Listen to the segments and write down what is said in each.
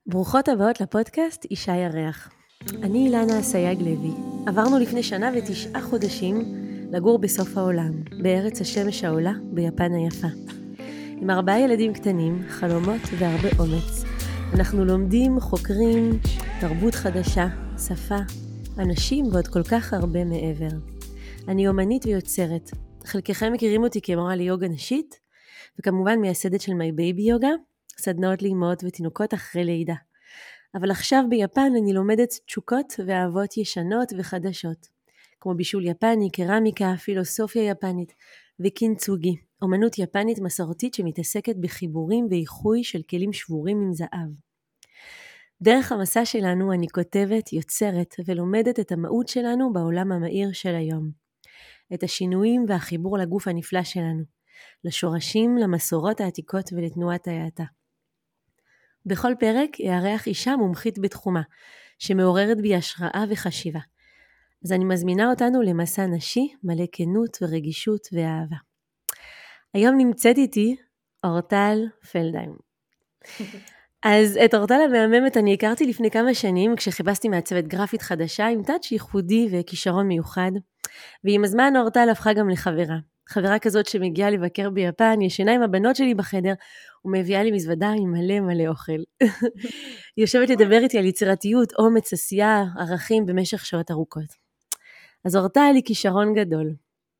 ברוכות הבאות לפודקאסט אישה ירח. אני אילנה אסייג לוי. עברנו לפני 1 ו9 חודשים לגור בסוף העולם, בארץ השמש העולה, ביפן היפה. עם 4 ילדים קטנים, חלומות והרבה אומץ. אנחנו לומדים, חוקרים, תרבות חדשה, שפה, אנשים ועוד כל כך הרבה מעבר. אני אומנית ויוצרת. חלקכם מכירים אותי כמורה ליוגה נשית, וכמובן מייסדת של My Baby יוגה, סדנאות לאימהות ותינוקות אחרי לידה. אבל עכשיו ביפן אני לומדת תשוקות ואהבות ישנות וחדשות, כמו בישול יפני, קרמיקה, פילוסופיה יפנית וקינצוגי, אומנות יפנית מסורתית שמתעסקת בחיבורים ואיחוי של כלים שבורים עם זהב. דרך המסע שלנו אני כותבת, יוצרת ולומדת את המהות שלנו בעולם המהיר של היום. את השינויים והחיבור לגוף הנפלא שלנו, לשורשים, למסורות העתיקות ולתנועת ההאטה. בכל פרק יארח אישה מומחית בתחומה, שמעוררת בי השראה וחשיבה. אז אני מזמינה אותנו למסע נשי, מלא כנות ורגישות ואהבה. היום נמצאת איתי אורטל פלדהיים. אז את אורטל המהממת אני הכרתי לפני כמה שנים, כשחיפשתי מעצבת גרפית חדשה עם טאץ' ייחודי וכישרון מיוחד, ועם הזמן אורטל הפכה גם לחברה. חברה כזאת שמגיעה לבקר ביפן, ישנה עם הבנות שלי בחדר, ומביאה לי מזוודה עם מלא מלא אוכל. היא יושבת לדבר איתי על יצירתיות, אומץ, עשייה, ערכים במשך שעות ארוכות. אז אורטל היא כישרון גדול,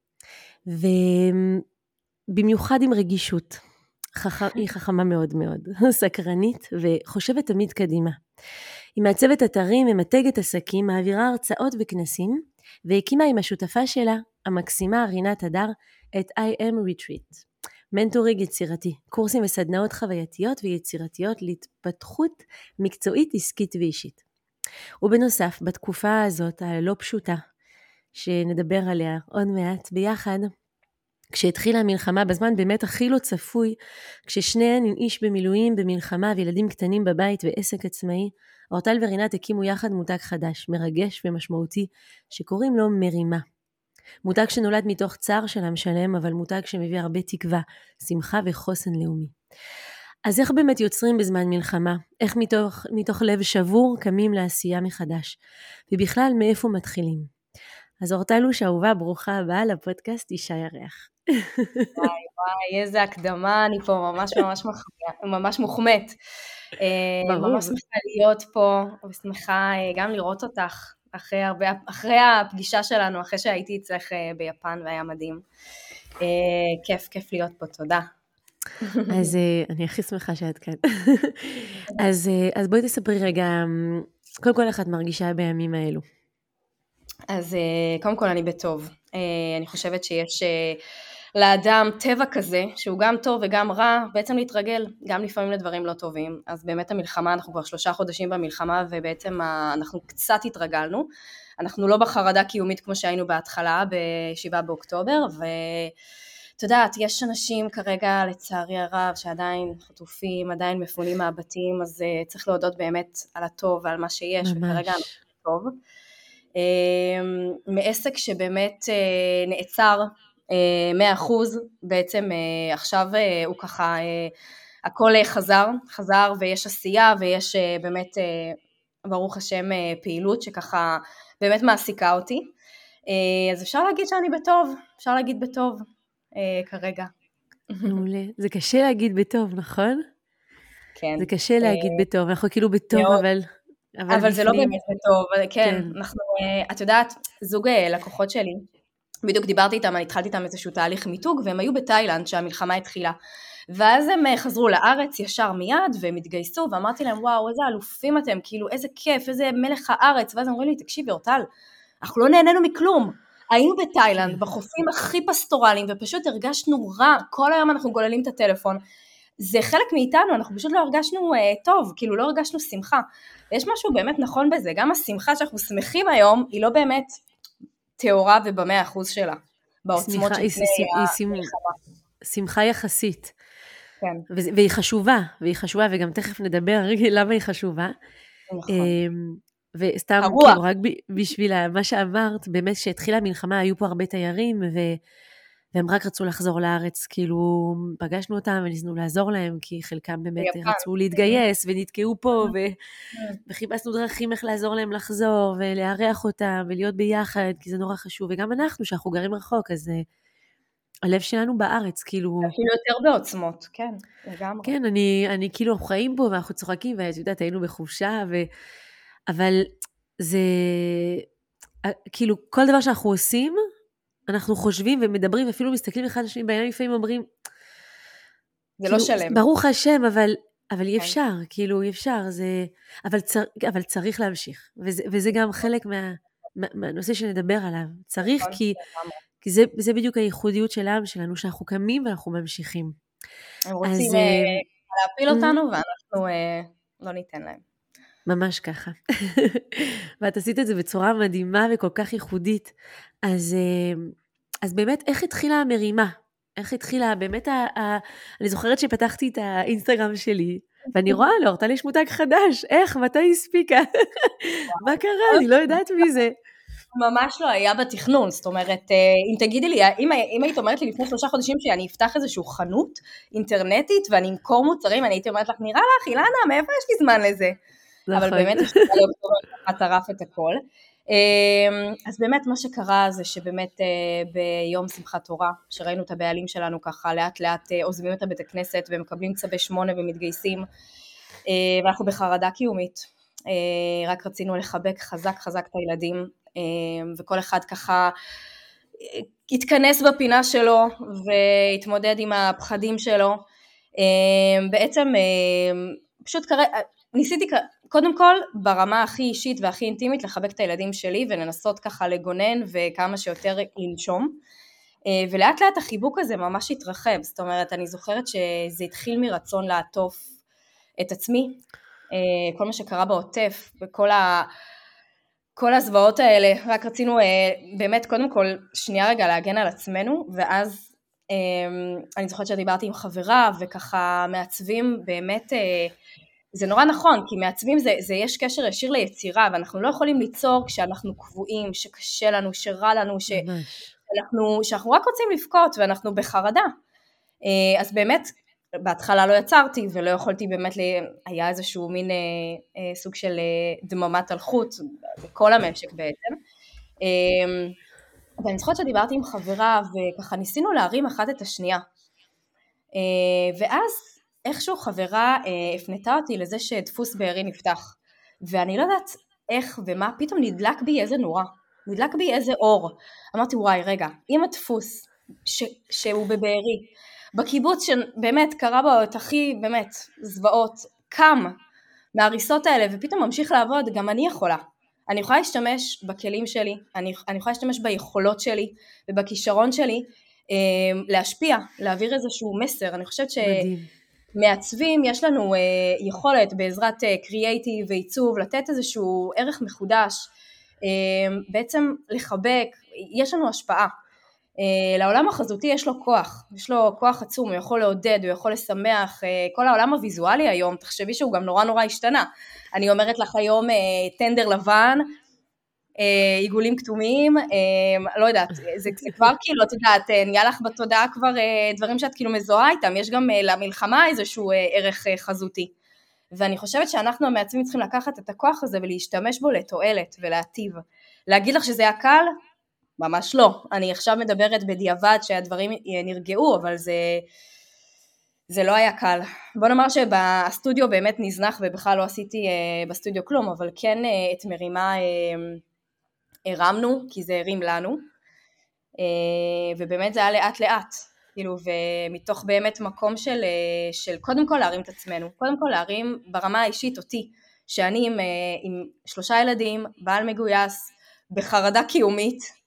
ובמיוחד עם רגישות. היא חכמה מאוד מאוד, סקרנית וחושבת תמיד קדימה. היא מעצבת אתרים, ממתגת עסקים, מעבירה הרצאות וכנסים, והקימה עם השותפה שלה, המקסימה רינת הדר, את I am Retreat. מנטורינג יצירתי, קורסים וסדנאות חווייתיות ויצירתיות להתפתחות מקצועית, עסקית ואישית. ובנוסף, בתקופה הזאת הלא פשוטה, שנדבר עליה עוד מעט ביחד, כשהתחילה המלחמה בזמן באמת הכי לא צפוי, כששניהן עם איש במילואים, במלחמה וילדים קטנים בבית ועסק עצמאי, אורטל ורינת הקימו יחד מותג חדש, מרגש ומשמעותי, שקוראים לו מרימה. מותג שנולד מתוך צער של עם שלם, אבל מותג שמביא הרבה תקווה, שמחה וחוסן לאומי. אז איך באמת יוצרים בזמן מלחמה? איך מתוך לב שבור קמים לעשייה מחדש? ובכלל מאיפה מתחילים? אז אורטלוש אהובה, ברוכה הבאה לפודקאסט אישה ירח. וואי, איזה הקדמה, אני פה ממש מוחמאת. ממש שמחה להיות פה, ושמחה גם לראות אותך אחרי הפגישה שלנו, אחרי שהייתי אצלך ביפן והיה מדהים. כיף להיות פה, תודה. אז אני הכי שמחה שאת כאן. אז בואי תספרי רגע, קודם כל איך את מרגישה בימים האלו? אז קודם כל אני בטוב. אני חושבת שיש לאדם טבע כזה, שהוא גם טוב וגם רע, בעצם להתרגל, גם לפעמים לדברים לא טובים. אז באמת המלחמה, אנחנו כבר 3 חודשים במלחמה, ובעצם אנחנו קצת התרגלנו. אנחנו לא בחרדה קיומית כמו שהיינו בהתחלה, ב7 באוקטובר, ואת יודעת, יש אנשים כרגע לצערי הרב, שעדיין חטופים, עדיין מפונים מהבתים, אז צריך להודות באמת על הטוב ועל מה שיש, וכרגע אנחנו טוב. מעסק שבאמת נעצר 100%, בעצם עכשיו הוא ככה, הכל חזר ויש עשייה ויש באמת ברוך השם פעילות שככה באמת מעסיקה אותי, אז אפשר להגיד שאני בטוב, אפשר להגיד בטוב כרגע. מעולה, זה קשה להגיד בטוב, נכון? כן. זה קשה להגיד בטוב, אנחנו כאילו בטוב אבל זה לא באמת בטוב, כן, אנחנו, את יודעת, זוג לקוחות שלי, בדיוק דיברתי איתם, אני התחלתי איתם איזשהו תהליך מיתוג, והם היו בתאילנד שהמלחמה התחילה, ואז הם חזרו לארץ ישר מיד, והם התגייסו, ואמרתי להם, וואו, איזה אלופים אתם, כאילו, איזה כיף, איזה מלך הארץ, ואז הם אומרים לי, תקשיבי אורטל, אנחנו לא נהנינו מכלום, היינו בתאילנד, בחופים הכי פסטורליים, ופשוט הרגשנו רע, כל היום אנחנו גוללים את הטלפון, זה חלק מאיתנו, אנחנו פשוט לא הרגשנו טוב, כאילו לא הרגשנו שמחה, ויש משהו באמת נכון בזה, גם השמחה שאנחנו שמחים היום, היא לא באמת תיאורה וב100% שלה, בעוצמות של המלחמה. שמחה יחסית. כן. והיא חשובה, וגם תכף נדבר למה היא חשובה. נכון. וסתם, כאילו, רק בשביל מה שאמרת, באמת שהתחילה המלחמה, היו פה הרבה תיירים, והם רק רצו לחזור לארץ, כאילו פגשנו אותם וניסינו לעזור להם, כי חלקם באמת רצו להתגייס ונתקעו פה, וחיפשנו דרכים איך לעזור להם לחזור, ולארח אותם, ולהיות ביחד, כי זה נורא חשוב, וגם אנחנו, שאנחנו גרים רחוק, אז הלב שלנו בארץ, כאילו... אפילו יותר בעוצמות, כן, לגמרי. כן, אני כאילו חיים פה, ואנחנו צוחקים, ואת יודעת, היינו בחופשה, אבל זה... כאילו, כל דבר שאנחנו עושים, אנחנו חושבים ומדברים, ואפילו מסתכלים אחד לשני בעיניים, לפעמים אומרים, זה לא שלם. ברוך השם, אבל אי אפשר, כאילו אי אפשר, אבל צריך להמשיך, וזה גם חלק מהנושא שנדבר עליו, צריך, כי זה בדיוק הייחודיות של העם שלנו, שאנחנו קמים ואנחנו ממשיכים. הם רוצים להפיל אותנו, ואנחנו לא ניתן להם. ממש ככה. ואת עשית את זה בצורה מדהימה וכל כך ייחודית. אז באמת, איך התחילה המרימה? איך התחילה, באמת, אני זוכרת שפתחתי את האינסטגרם שלי, ואני רואה, לאורטל יש מותג חדש, איך, מתי הספיקה? מה קרה? אני לא יודעת מי זה. ממש לא היה בתכנון, זאת אומרת, אם תגידי לי, אם היית אומרת לי לפני 3 חודשים שאני אפתח איזשהו חנות אינטרנטית, ואני אמכור מוצרים, אני הייתי אומרת לך, נראה לך, אילנה, מאיפה יש לי זמן לזה? אבל באמת יש לי טרף את הכל. אז באמת מה שקרה זה שבאמת ביום שמחת תורה, שראינו את הבעלים שלנו ככה לאט לאט עוזבים את הבית הכנסת ומקבלים צווי 8 ומתגייסים, ואנחנו בחרדה קיומית, רק רצינו לחבק חזק חזק את הילדים, וכל אחד ככה התכנס בפינה שלו והתמודד עם הפחדים שלו. בעצם פשוט ניסיתי קודם כל ברמה הכי אישית והכי אינטימית לחבק את הילדים שלי ולנסות ככה לגונן וכמה שיותר לנשום, ולאט לאט החיבוק הזה ממש התרחב. זאת אומרת, אני זוכרת שזה התחיל מרצון לעטוף את עצמי, כל מה שקרה בעוטף כל הזוועות האלה, רק רצינו באמת קודם כל שנייה רגע להגן על עצמנו, ואז אני זוכרת שדיברתי עם חברה וככה מעצבים באמת, זה נורא נכון, כי מעצבים זה יש קשר ישיר ליצירה, ואנחנו לא יכולים ליצור כשאנחנו קבועים, שקשה לנו, שרע לנו, שאנחנו רק רוצים לבכות ואנחנו בחרדה. אז באמת בהתחלה לא יצרתי ולא יכולתי באמת, היה איזשהו מין סוג של דממת הלכות בכל המשק בעצם. ואני זוכרת שדיברתי עם חברה וככה ניסינו להרים אחת את השנייה, ואז איכשהו חברה הפנתה אותי לזה שדפוס בארי נפתח, ואני לא יודעת איך ומה, פתאום נדלק בי איזה נורא, נדלק בי איזה אור. אמרתי וואי רגע, אם הדפוס שהוא בבארי, בקיבוץ שבאמת קרה בו את הכי באמת זוועות, קם מהריסות האלה ופתאום ממשיך לעבוד, גם אני יכולה. אני יכולה להשתמש בכלים שלי, אני יכולה להשתמש ביכולות שלי ובכישרון שלי, להשפיע, להעביר איזשהו מסר. אני חושבת שמעצבים יש לנו יכולת בעזרת קריאייטיב ועיצוב, לתת איזשהו ערך מחודש, בעצם לחבק, יש לנו השפעה. לעולם החזותי יש לו כוח עצום, הוא יכול לעודד, הוא יכול לשמח, כל העולם הוויזואלי היום, תחשבי שהוא גם נורא נורא השתנה. אני אומרת לך היום טנדר לבן, עיגולים כתומים, לא יודעת, זה כבר כאילו, את יודעת, נהיה לך בתודעה כבר דברים שאת כאילו מזוהה איתם, יש גם למלחמה איזשהו ערך חזותי, ואני חושבת שאנחנו המעצבים צריכים לקחת את הכוח הזה ולהשתמש בו לתועלת ולהטיב. להגיד לך שזה היה קל? ממש לא. אני עכשיו מדברת בדיעבד שהדברים נרגעו, אבל זה לא היה קל. בוא נאמר שבסטודיו באמת נזנח, ובכלל לא עשיתי בסטודיו כלום, אבל כן את מרימה הרמנו, כי זה הרים לנו, ובאמת זה היה לאט לאט, כאילו, ומתוך באמת מקום של קודם כל להרים את עצמנו, קודם כל להרים ברמה האישית אותי, שאני עם 3 ילדים, בעל מגויס, בחרדה קיומית,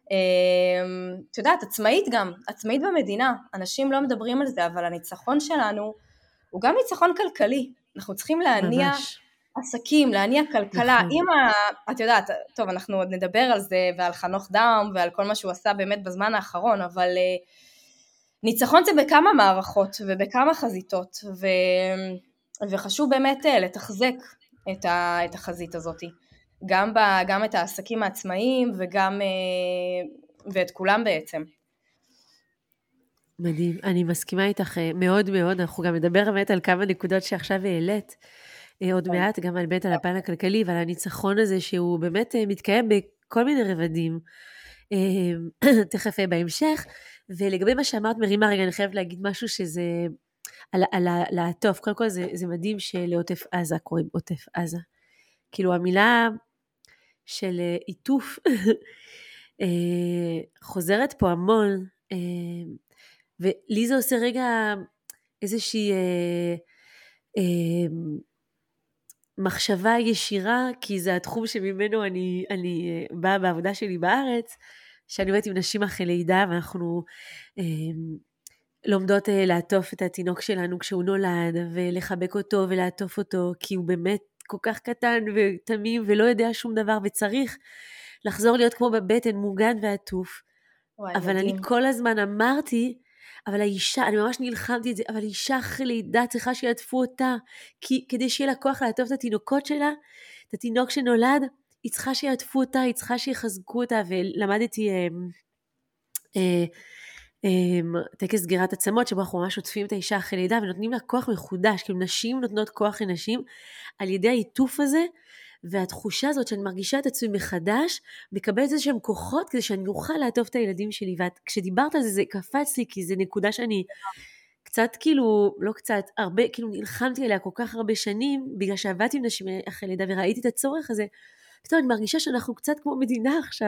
את יודעת, עצמאית גם, עצמאית במדינה, אנשים לא מדברים על זה, אבל הניצחון שלנו הוא גם ניצחון כלכלי, אנחנו צריכים להניע עסקים, להניע כלכלה, את יודעת, טוב, אנחנו עוד נדבר על זה, ועל חנוך דם, ועל כל מה שהוא עשה באמת בזמן האחרון, אבל ניצחון זה בכמה מערכות, ובכמה חזיתות, וחשוב באמת לתחזק את החזית הזאת. גם את העסקים העצמאיים ואת כולם בעצם. מדהים, אני מסכימה איתך מאוד מאוד, אנחנו גם נדבר באמת על כמה נקודות שעכשיו העלית, עוד מעט, גם על בית על הפן הכלכלי, ועל הניצחון הזה שהוא באמת מתקיים בכל מיני רבדים, תכף בהמשך, ולגבי מה שאמרת מרימה, רגע אני חייבת להגיד משהו שזה, על לעטוף, קודם כל זה מדהים שלעוטף עזה קוראים עוטף עזה, כאילו המילה של עיטוף חוזרת פה המון, ולי זה עושה רגע איזושהי מחשבה ישירה, כי זה התחום שממנו אני באה בעבודה שלי בארץ, שאני עובדת עם נשים אחרי לידה, ואנחנו לומדות לעטוף את התינוק שלנו כשהוא נולד, ולחבק אותו ולעטוף אותו, כי הוא באמת כל כך קטן ותמים, ולא יודע שום דבר, וצריך לחזור להיות כמו בבטן, מוגן ועטוף. אבל אני כל הזמן אמרתי, אבל האישה, אני ממש נלחמתי את זה, אבל האישה אחרי לידה צריכה שיעטפו אותה, כדי שיהיה לה כוח לעטוף את התינוקות שלה, את התינוק שנולד, היא צריכה שיעטפו אותה, היא צריכה שיחזקו אותה, ולמדתי טקס סגירת עצמות, שבו אנחנו ממש עוטפים את האישה אחרי לידה, ונותנים לה כוח מחודש, כאילו נשים נותנות כוח לנשים, על ידי העיטוף הזה, והתחושה הזאת שאני מרגישה את עצמי מחדש, מקבלת איזה שהם כוחות, כדי שאני אוכל לעטוף את הילדים שלי, וכשדיברת על זה, זה קפץ לי, כי זה נקודה שאני קצת כאילו, לא קצת, הרבה, כאילו נלחמתי עליה כל כך הרבה שנים, בגלל שעבדתי עם נשים אחרי לידה, וראיתי את הצורך הזה, פתאום אני מרגישה שאנחנו קצת כמו מדינה עכשיו,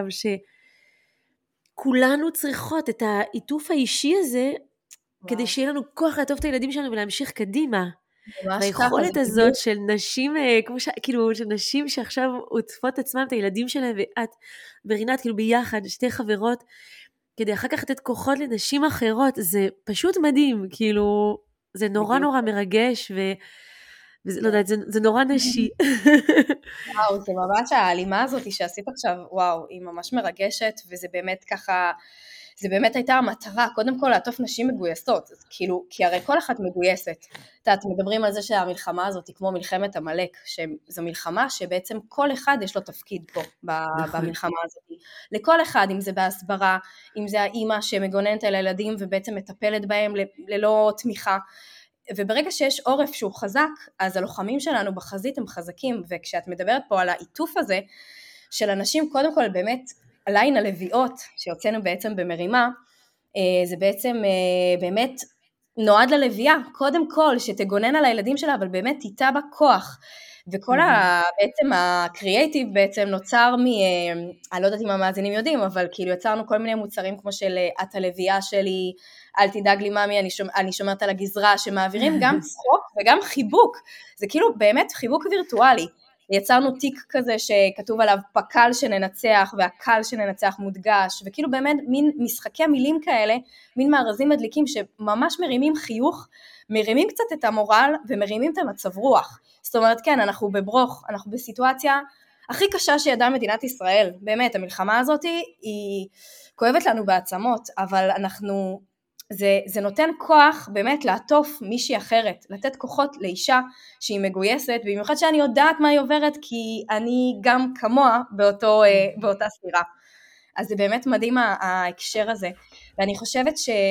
שכולנו צריכות את העיטוף האישי הזה, כדי שיהיה לנו כוח לעטוף את הילדים שלנו, ולהמשיך קדימה. והיכולת הזאת של נשים, כאילו של נשים שעכשיו עוטפות עצמם את הילדים שלהם, ואת ורינת כאילו ביחד, שתי חברות, כדי אחר כך לתת כוחות לנשים אחרות, זה פשוט מדהים, כאילו זה נורא נורא מרגש, לא יודעת, זה נורא נשי. וואו, זה ממש האלימה הזאת שעשית עכשיו, וואו, היא ממש מרגשת, וזה באמת ככה, זה באמת הייתה המטרה, קודם כל לעטוף נשים מגויסות, כאילו, כי הרי כל אחת מגויסת, אתם מדברים על זה שהמלחמה הזאת היא כמו מלחמת המלך, שזו מלחמה שבעצם כל אחד יש לו תפקיד פה, במלחמה הזאת, לכל אחד, אם זה בהסברה, אם זה האימא שמגוננת על הילדים, ובעצם מטפלת בהם ללא תמיכה, וברגע שיש עורף שהוא חזק, אז הלוחמים שלנו בחזית הם חזקים, וכשאת מדברת פה על העיטוף הזה, של אנשים, קודם כל באמת, ליין הלוויות, שיוצאנו בעצם במרימה, זה בעצם באמת נועד ללוויה, קודם כל, שתגונן על הילדים שלה, אבל באמת איתה בכוח, וכל בעצם הקריאייטיב בעצם נוצר אני לא יודעת אם המאזינים יודעים, אבל כאילו יצרנו כל מיני מוצרים כמו של את הלוויה שלי, אל תדאג לי ממי, אני שומרת על הגזרה, שמעבירים גם צחוק וגם חיבוק, זה כאילו באמת חיבוק וירטואלי, יצרנו תיק כזה שכתוב עליו פקל שננצח, והקל שננצח מודגש, וכאילו באמת מין משחקי מילים כאלה, מין מארזים מדליקים שממש מרימים חיוך, מרימים קצת את המורל ומרימים את המצב רוח. זאת אומרת, כן, אנחנו בברוך, אנחנו בסיטואציה הכי קשה שידעה מדינת ישראל, באמת, המלחמה הזאת היא כואבת לנו בעצמות, אבל זה נותן כוח באמת לעטוף מישהי אחרת, לתת כוחות לאישה שהיא מגויסת, במיוחד שאני יודעת מה היא עוברת, כי אני גם כמוה באותה ספירה. אז זה באמת מדהים ההקשר הזה, ואני חושבת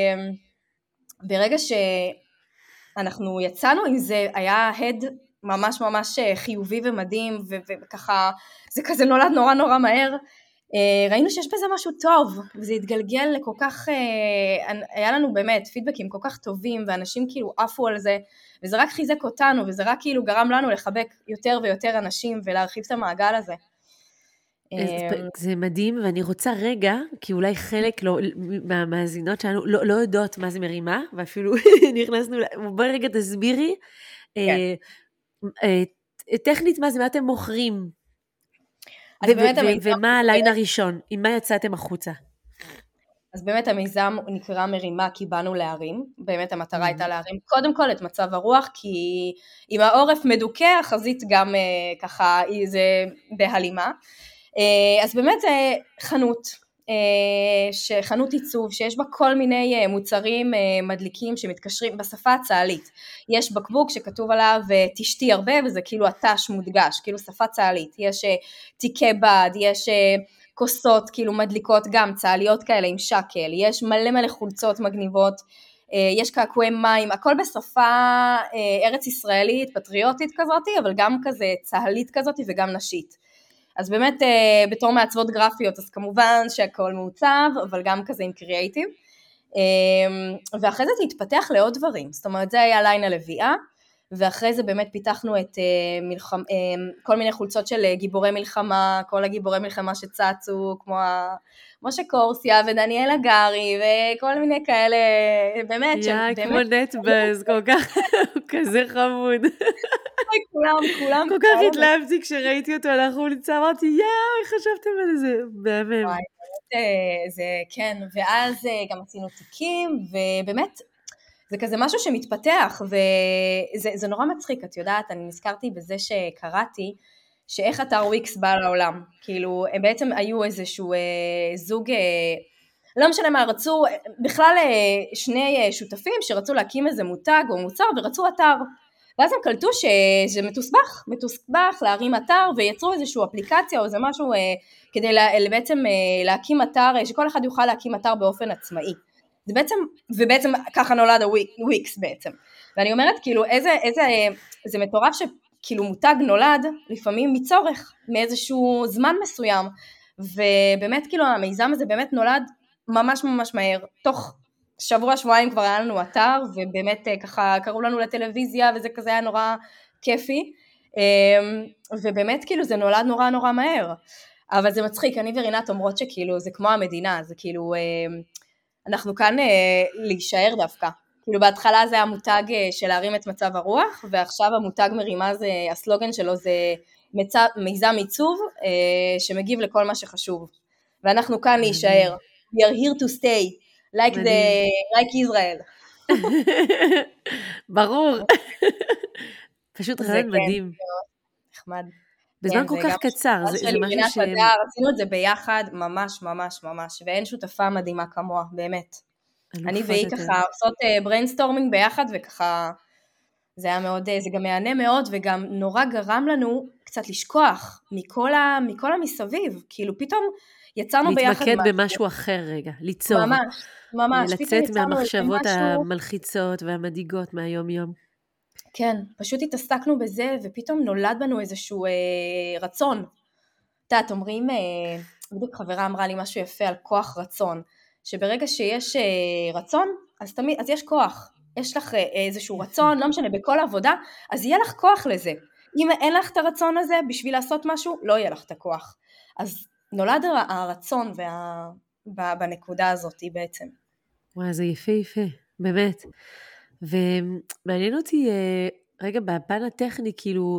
שברגע שאנחנו יצאנו עם זה, היה הד ממש ממש חיובי ומדהים, וככה זה כזה נולד נורא נורא מהר, ראינו שיש בזה משהו טוב, וזה התגלגל לכל כך, היה לנו באמת פידבקים כל כך טובים, ואנשים כאילו עפו על זה, וזה רק חיזק אותנו, וזה רק כאילו גרם לנו לחבק יותר ויותר אנשים, ולהרחיב את המעגל הזה. זה מדהים, ואני רוצה רגע, כי אולי חלק מהמאזינות שלנו לא יודעות מה זה מרימה, ואפילו נכנסנו, בואי רגע תסבירי, טכנית מה זה, מה אתם מוכרים? ומה הליין הראשון? עם מה יצאתם החוצה? אז באמת המיזם נקרא מרימה כי באנו להרים, באמת המטרה הייתה להרים קודם כל את מצב הרוח, כי אם העורף מדוכא, החזית גם ככה זה בהלימה, אז באמת זה חנות עיצוב שיש בה כל מיני מוצרים מדליקים שמתקשרים בשפה הצהלית, יש בקבוק שכתוב עליו תשתי הרבה וזה כאילו התש מודגש, כאילו שפה צהלית, יש תיקי בד, יש כוסות כאילו מדליקות גם, צהליות כאלה עם שקל, יש מלא חולצות מגניבות, יש קעקועי מים, הכל בשפה ארץ ישראלית, פטריוטית כזאת, אבל גם כזה צהלית כזאת וגם נשית. אז באמת בתור מעצבות גרפיות, אז כמובן שהכל מעוצב, אבל גם כזה עם קריאייטיב. ואחרי זה התפתח לעוד דברים, זאת אומרת זה היה ליין הלוויה, ואחרי זה באמת פיתחנו את כל מיני חולצות של גיבורי מלחמה, כל הגיבורי מלחמה שצצו, כמו משה קורסיה ודניאל אגרי, וכל מיני כאלה, באמת. כמו נטבז, כל כך, הוא כזה חמוד. כולם. כל כך התלהבתי כשראיתי אותו על החולצה, אמרתי, חשבתם על זה, באמת. זה כן, ואז גם עשינו תיקים, ובאמת, זה כזה משהו שמתפתח, וזה נורא מצחיק, את יודעת, אני נזכרתי בזה שקראתי, שאיך אתר וויקס בא לעולם, כאילו, הם בעצם היו איזשהו זוג, לא משנה מה, רצו, בכלל שני שותפים שרצו להקים איזה מותג או מוצר, ורצו אתר, ואז הם קלטו שזה מתוסבך להרים אתר, ויצרו איזשהו אפליקציה או איזה משהו, כדי בעצם להקים אתר, שכל אחד יוכל להקים אתר באופן עצמאי. ובעצם ככה נולד הוויקס בעצם. ואני אומרת, כאילו, זה מטורף שכאילו מותג נולד, לפעמים מצורך, מאיזשהו זמן מסוים, ובאמת כאילו המיזם הזה באמת נולד ממש מהר, תוך שבוע-שבועיים כבר היה לנו אתר, ובאמת ככה קראו לנו לטלוויזיה, וזה כזה היה נורא כיפי, ובאמת כאילו זה נולד נורא מהר, אבל זה מצחיק, אני ורינת אומרות שכאילו זה כמו המדינה, זה כאילו, אנחנו כאן להישאר דווקא, כאילו בהתחלה זה המותג של להרים את מצב הרוח, ועכשיו המותג מרימה, זה, הסלוגן שלו זה מיזם עיצוב, שמגיב לכל מה שחשוב, ואנחנו כאן להישאר, we are here to stay, like Israel. ברור. פשוט רעיון מדהים. נחמד. בזמן כל כך קצר, זה משהו ש... עשינו את זה ביחד, ממש, ואין שותפה מדהימה כמוה, באמת. אני והיא ככה עושות בריינסטורמינג ביחד, וככה, זה היה מאוד, זה גם מענה מאוד, וגם נורא גרם לנו קצת לשכוח מכל המסביב, כאילו פתאום יצרנו ביחד להתמקד במשהו אחר רגע, ליצור. ממש. לצאת מהמחשבות המלחיצות והמדאיגות מהיום יום. כן, פשוט התעסקנו בזה, ופתאום נולד בנו איזשהו רצון. את אומרים, בדיוק חברה אמרה לי משהו יפה על כוח רצון, שברגע שיש רצון, אז יש כוח. יש לך איזשהו רצון, לא משנה, בכל עבודה, אז יהיה לך כוח לזה. אם אין לך את הרצון הזה, בשביל לעשות משהו, לא יהיה לך את הכוח. אז נולד הרצון בנקודה הזאת בעצם. וואי, זה יפה, באמת. ומעניין אותי, רגע, בפן הטכני, כאילו,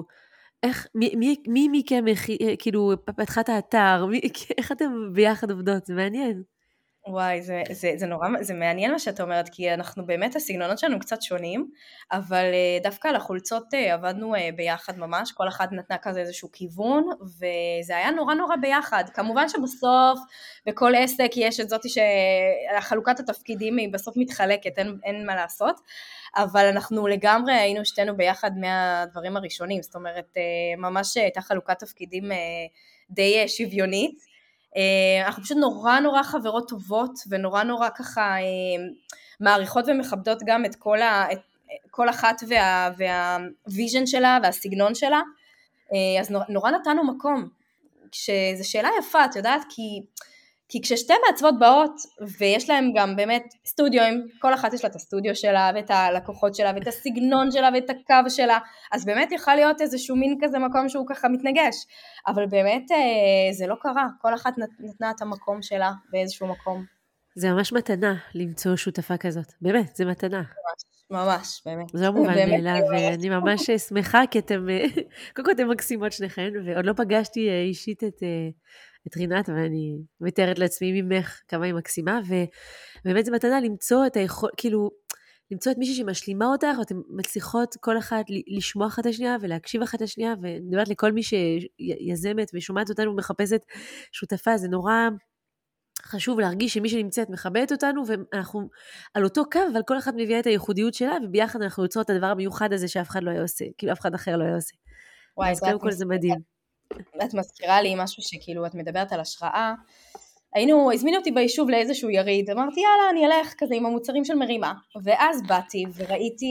מי מכם, כאילו, פתחה את האתר, איך אתם ביחד עובדות? זה מעניין. וואי, זה נורא, זה מעניין מה שאת אומרת, כי אנחנו באמת, הסגנונות שלנו קצת שונים, אבל דווקא על החולצות עבדנו ביחד ממש, כל אחד נתנה כזה איזשהו כיוון, וזה היה נורא ביחד. כמובן שבסוף, בכל עסק יש את זאת שהחלוקת התפקידים היא בסוף מתחלקת, אין מה לעשות, אבל אנחנו לגמרי היינו שתינו ביחד מהדברים הראשונים, זאת אומרת, ממש הייתה חלוקת תפקידים די שוויונית, אנחנו פשוט נורא חברות טובות, ונורא ככה מעריכות ומכבדות גם את כל אחת והוויז'ן שלה והסגנון שלה, אז נורא נתנו מקום, שזו שאלה יפה, את יודעת, כי כששתי מעצבות באות, ויש להם גם באמת סטודיואים, כל אחת יש לה את הסטודיו שלה, ואת הלקוחות שלה, ואת הסגנון שלה, ואת הקו שלה, אז באמת יכול להיות איזשהו מין כזה מקום שהוא ככה מתנגש, אבל באמת זה לא קרה, כל אחת נתנה את המקום שלה באיזשהו מקום. זה ממש מתנה למצוא שותפה כזאת, באמת, זה מתנה. ממש, באמת. זה לא מובן מאליו, ואני ממש שמחה, כי אתם, קודם כל אתם מקסימות שניכן, ועוד לא פגשתי אישית את רינת, ואני מתארת לעצמי ממך כמה היא מקסימה, ובאמת זה מתנה למצוא את היכול, כאילו, למצוא את מישהי שמשלימה אותך, ואתם מצליחות כל אחת לשמוע אחת השנייה, ולהקשיב אחת השנייה, ונדברת לכל מי שיזמת ושומעת אותנו ומחפשת שותפה, זה נורא חשוב להרגיש שמי שנמצאת מכבדת אותנו, ואנחנו על אותו קו, אבל כל אחת מביאה את הייחודיות שלה, וביחד אנחנו יוצרות את הדבר המיוחד הזה שאף אחד לא היה עושה, כאילו אף אחד אחר לא היה עושה. אז קודם כל זה מדהים. את מזכירה לי משהו שכאילו את מדברת על השראה, הזמינו אותי ביישוב לאיזשהו יריד, אמרתי יאללה אני אלך כזה עם המוצרים של מרימה, ואז באתי וראיתי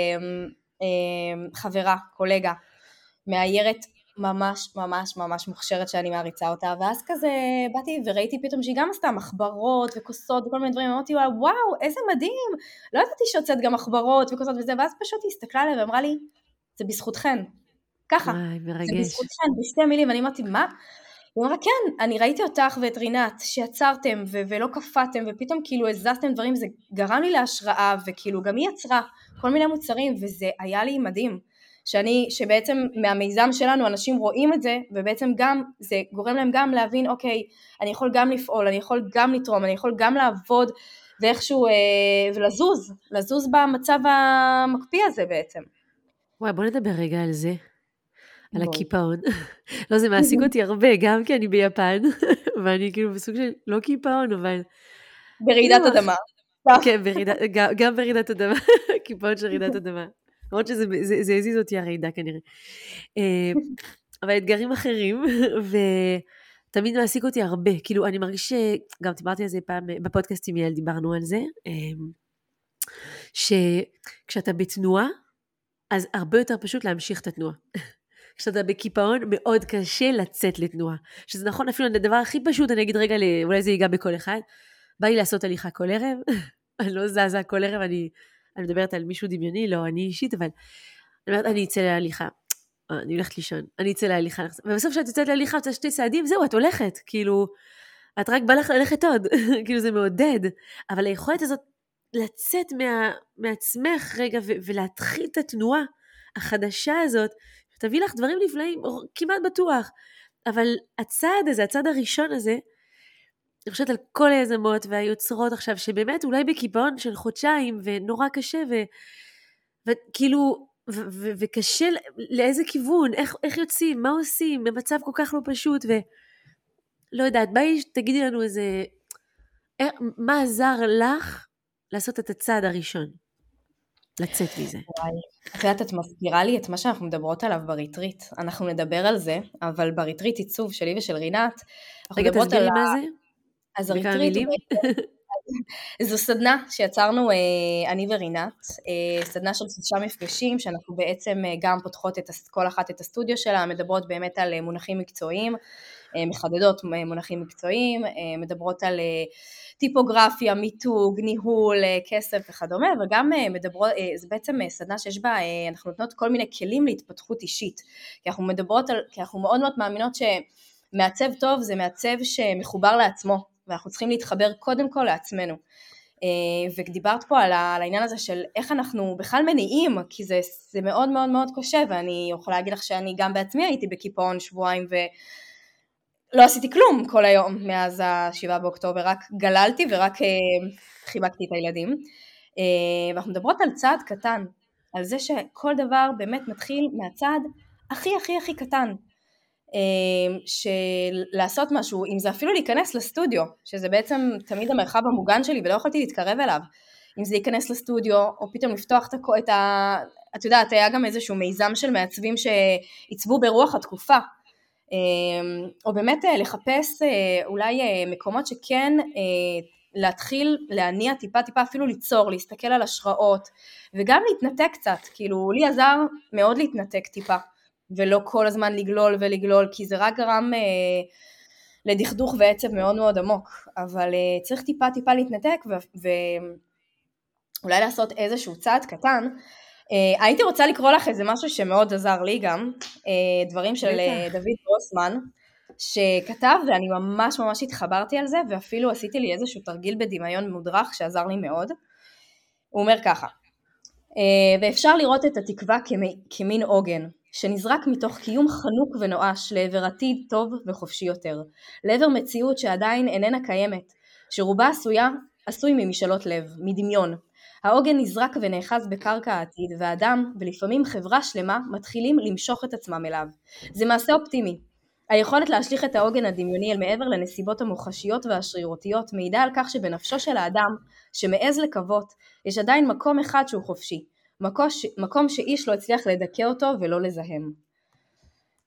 חברה, קולגה, מאיירת ממש ממש ממש מוכשרת שאני מעריצה אותה, ואז כזה באתי וראיתי פתאום שהיא גם עשתה מחברות וכוסות וכל מיני דברים, אמרתי וואו איזה מדהים, לא ידעתי שהוצאת גם מחברות וכוסות וזה, ואז פשוט היא הסתכלה עליה ואמרה לי, זה בזכותכן, ככה, זה בזכותכן, בשתי מילים, ואני אמרתי מה? היא אמרה כן, אני ראיתי אותך ואת רינת שיצרתם ולא קפאתם ופתאום כאילו הזזתם דברים, זה גרם לי להשראה וכאילו גם היא יצרה כל מיני מוצרים וזה היה לי מדהים, שבעצם מהמיזם שלנו אנשים רואים את זה ובעצם גם זה גורם להם גם להבין אוקיי, אני יכול גם לפעול, אני יכול גם לתרום, אני יכול גם לעבוד ואיכשהו לזוז במצב המקפיא הזה בעצם. וואי בוא נדבר רגע על זה. על הקיפאון. לא, זה מעסיק אותי הרבה, גם כי אני ביפן, ואני כאילו בסוג של, לא קיפאון, אבל... ברעידת אדמה. כן, גם ברעידת אדמה, קיפאון של רעידת אדמה. למרות שזה הזיז אותי הרעידה כנראה. אבל אתגרים אחרים, ותמיד מעסיק אותי הרבה, כאילו אני מרגיש שגם דיברתי על זה פעם, בפודקאסט עם יעל דיברנו על זה, שכשאתה בתנועה, אז הרבה יותר פשוט להמשיך את התנועה. כשאתה בקיפאון מאוד קשה לצאת לתנועה. שזה נכון אפילו הדבר הכי פשוט, אני אגיד רגע, אולי זה ייגע בכל אחד, בא לי לעשות הליכה כל ערב, אני לא זזה כל ערב, אני מדברת על מישהו דמיוני, לא אני אישית, אבל אני אומרת, אני אצא להליכה, אני הולכת לישון, אני אצא להליכה, ובסוף כשאת יוצאת להליכה, יוצאת 2 צעדים, זהו, את הולכת, כאילו, את רק בא לך ללכת עוד, כאילו זה מעודד, אבל היכולת הזאת לצאת מעצמך רגע, ולהתחיל את התנועה החדשה הזאת, תביא לך דברים נפלאים, כמעט בטוח, אבל הצעד הזה, הצעד הראשון הזה, אני חושבת על כל היזמות והיוצרות עכשיו, שבאמת אולי בקיפאון של חודשיים, ונורא קשה, וכאילו, וקשה לאיזה כיוון, איך יוצאים, מה עושים, במצב כל כך לא פשוט, ולא יודעת, ביי תגידי לנו איזה, מה עזר לך לעשות את הצעד הראשון, לצאת מזה. אחרת את מזכירה לי את מה שאנחנו מדברות עליו בריטריט, אנחנו נדבר על זה, אבל בריטריט עיצוב שלי ושל רינת, רגע תסבירי מה זה? אז הריטריט זו סדנה שיצרנו אני ורינת, סדנה של 6 מפגשים, שאנחנו בעצם גם פותחות כל אחת את הסטודיו שלה, מדברות באמת על מונחים מקצועיים, מחדדות מונחים מקצועיים, מדברות על טיפוגרפיה, מיתוג, ניהול, כסף וכדומה, וגם מדברות, זה בעצם סדנה שיש בה, אנחנו נותנות כל מיני כלים להתפתחות אישית, כי אנחנו מאוד מאוד מאמינות שמעצב טוב זה מעצב שמחובר לעצמו, ואנחנו צריכים להתחבר קודם כל לעצמנו, ודיברת פה על העניין הזה של איך אנחנו בכלל מניעים, כי זה מאוד מאוד מאוד קשה, ואני יכולה להגיד לך שאני גם בעצמי הייתי בקיפאון שבועיים, לא עשיתי כלום כל היום מאז ה7 באוקטובר, רק גללתי ורק חיבקתי את הילדים, ואנחנו מדברות על צעד קטן, על זה שכל דבר באמת מתחיל מהצעד הכי הכי הכי קטן, של לעשות משהו, אם זה אפילו להיכנס לסטודיו, שזה בעצם תמיד המרחב המוגן שלי ולא יכולתי להתקרב אליו, אם זה להיכנס לסטודיו או פתאום לפתוח את יודעת, היה גם איזשהו מיזם של מעצבים שעיצבו ברוח התקופה, או באמת לחפש אולי מקומות שכן להתחיל להניע טיפה אפילו ליצור, להסתכל על השראות וגם להתנתק קצת, כאילו לי עזר מאוד להתנתק טיפה ולא כל הזמן לגלול, כי זה רק גרם לדכדוך ועצב מאוד מאוד עמוק, אבל צריך טיפה להתנתק ואולי לעשות איזשהו צעד קטן. הייתי רוצה לקרוא לך איזה משהו שמאוד עזר לי גם, דברים של דוד גרוסמן, שכתב ואני ממש ממש התחברתי על זה, ואפילו עשיתי לי איזשהו תרגיל בדמיון מודרך שעזר לי מאוד. הוא אומר ככה, ואפשר לראות את התקווה כמין עוגן, שנזרק מתוך קיום חנוק ונואש לעבר עתיד טוב וחופשי יותר, לעבר מציאות שעדיין איננה קיימת, שרובה עשוי ממשאלות לב, מדמיון. העוגן נזרק ונאחז בקרקע העתיד, והאדם ולפעמים חברה שלמה מתחילים למשוך את עצמם אליו. זה מעשה אופטימי. היכולת להשליך את העוגן הדמיוני אל מעבר לנסיבות המוחשיות והשרירותיות מעידה על כך שבנפשו של האדם שמעז לקוות יש עדיין מקום אחד שהוא חופשי, מקום שאיש לא הצליח לדכא אותו ולא לזהם.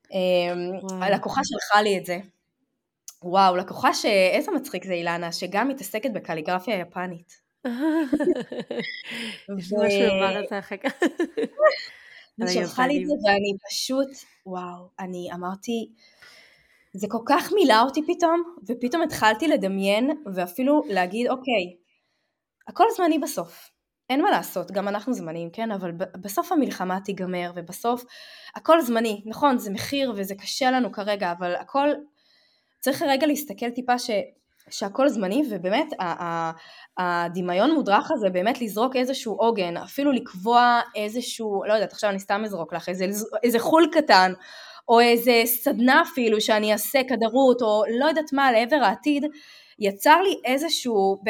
הלקוחה שלחה לי את זה. וואו, לקוחה איזה מצחיק זה אילנה, שגם מתעסקת בקליגרפיה יפנית. יש לי משהו לומר על זה אחר כך. היא שלחה לי את זה ואני פשוט, וואו, אני אמרתי, זה כל כך מילא אותי פתאום, ופתאום התחלתי לדמיין, ואפילו להגיד, אוקיי, הכל זמני בסוף. אין מה לעשות, גם אנחנו זמניים, כן? אבל בסוף המלחמה תיגמר, ובסוף הכל זמני. נכון, זה מחיר וזה קשה לנו כרגע, אבל הכל, צריך רגע להסתכל טיפה שהכל זמני, ובאמת הדמיון מודרך הזה, באמת לזרוק איזשהו עוגן, אפילו לקבוע איזשהו, לא יודעת, עכשיו אני סתם אזרוק לך, איזה חול קטן, או איזה סדנה אפילו שאני אעשה כדרות, או לא יודעת מה, לעבר העתיד, יצר לי איזשהו,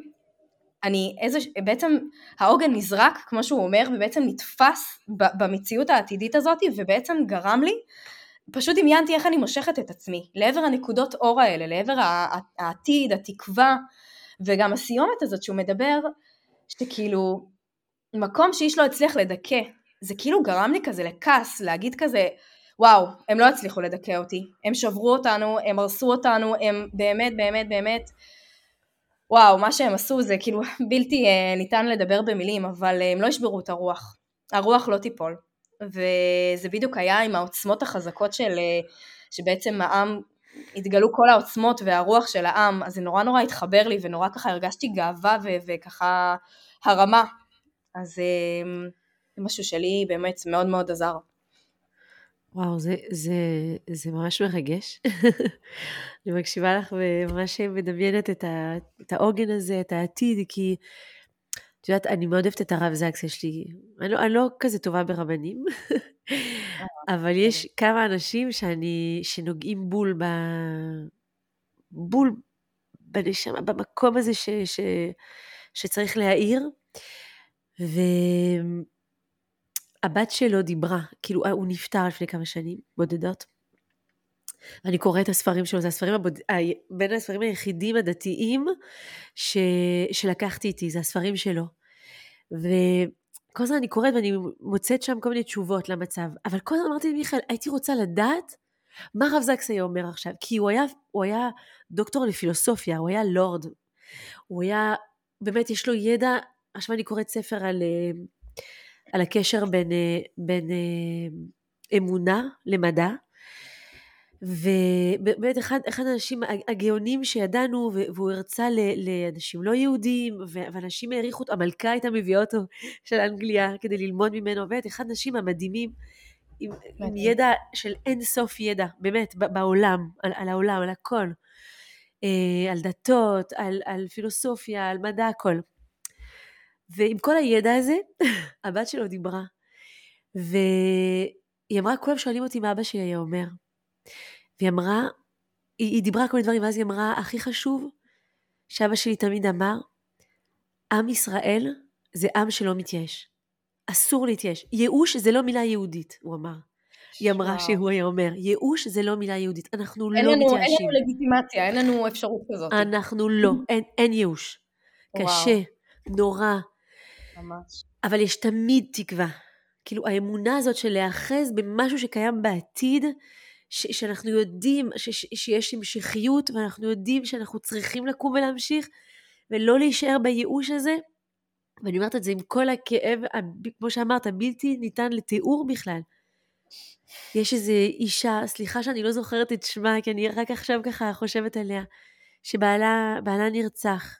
בעצם העוגן נזרק, כמו שהוא אומר, ובעצם נתפס במציאות העתידית הזאת, ובעצם גרם לי, פשוט דמיינתי איך אני מושכת את עצמי, לעבר הנקודות אור האלה, לעבר העתיד, התקווה, וגם הסיומת הזאת שהוא מדבר, שכאילו, מקום שאיש לא הצליח לדכא, זה כאילו גרם לי כזה לכעס, להגיד כזה, וואו, הם לא הצליחו לדכא אותי, הם שברו אותנו, הם הרסו אותנו, הם באמת, באמת, באמת, וואו, מה שהם עשו זה כאילו בלתי ניתן לדבר במילים, אבל הם לא ישברו את הרוח, הרוח לא תיפול, וזה בדיוק היה עם העוצמות החזקות שבעצם העם, התגלו כל העוצמות והרוח של העם, אז זה נורא נורא התחבר לי, ונורא ככה הרגשתי גאווה וככה הרמה, אז זה משהו שלי באמת מאוד מאוד עזר. וואו, זה ממש מרגש. אני מקשיבה לך וממש מדמיינת את העוגן הזה, את העתיד, כי את יודעת, אני מאוד אוהבת את הרב זקס, אני לא כזה טובה ברבנים, אבל יש כמה אנשים שנוגעים בול בנשמה, במקום הזה שצריך להעיר, והבת שלו דיברה, כאילו הוא נפטר לפני כמה שנים, בודדות, אני קוראת את הספרים שלו, זה בין הספרים היחידים הדתיים שלקחתי איתי, זה הספרים שלו, וכל הזמן אני קוראת ואני מוצאת שם כל מיני תשובות למצב, אבל כל הזמן אמרתי למיכאל, הייתי רוצה לדעת מה הרב זקס היה אומר עכשיו, כי הוא היה דוקטור לפילוסופיה, הוא היה לורד, הוא היה, באמת יש לו ידע, עכשיו אני קוראת ספר על הקשר בין אמונה למדע, ובאמת אחד האנשים הגאונים שידענו, והוא הרצה לאנשים לא יהודים, ואנשים העריכו אותו, המלכה הייתה מביאה אותו של אנגליה כדי ללמוד ממנו, באמת אחד האנשים המדהימים, עם ידע של אין סוף ידע, באמת בעולם, על העולם, על הכל, על דתות, על פילוסופיה, על מדע, הכל. ועם כל הידע הזה, הבת שלו דיברה, והיא אמרה, כולם שואלים אותי מה אבא שלי היה אומר, והיא אמרה, היא דיברה כל מיני דברים, ואז היא אמרה, הכי חשוב, שאבא שלי תמיד אמר, עם ישראל זה עם שלא מתייאש. אסור להתייאש. ייאוש זה לא מילה יהודית, הוא אמר. היא אמרה שהוא היה אומר, ייאוש זה לא מילה יהודית, אנחנו לא מתייאשים. אין לנו לגיטימציה, אין לנו אפשרות כזאת. אנחנו לא, אין ייאוש. קשה, נורא. ממש. אבל יש תמיד תקווה. כאילו האמונה הזאת של להאחז במשהו שקיים בעתיד, שאנחנו יודעים שיש המשכיות, ואנחנו יודעים שאנחנו צריכים לקום ולהמשיך, ולא להישאר בייאוש הזה, ואני אומרת את זה עם כל הכאב, כמו שאמרת, בלתי ניתן לתיאור בכלל. יש איזו אישה, סליחה שאני לא זוכרת את שמה, כי אני רק עכשיו ככה חושבת עליה, שבעלה נרצח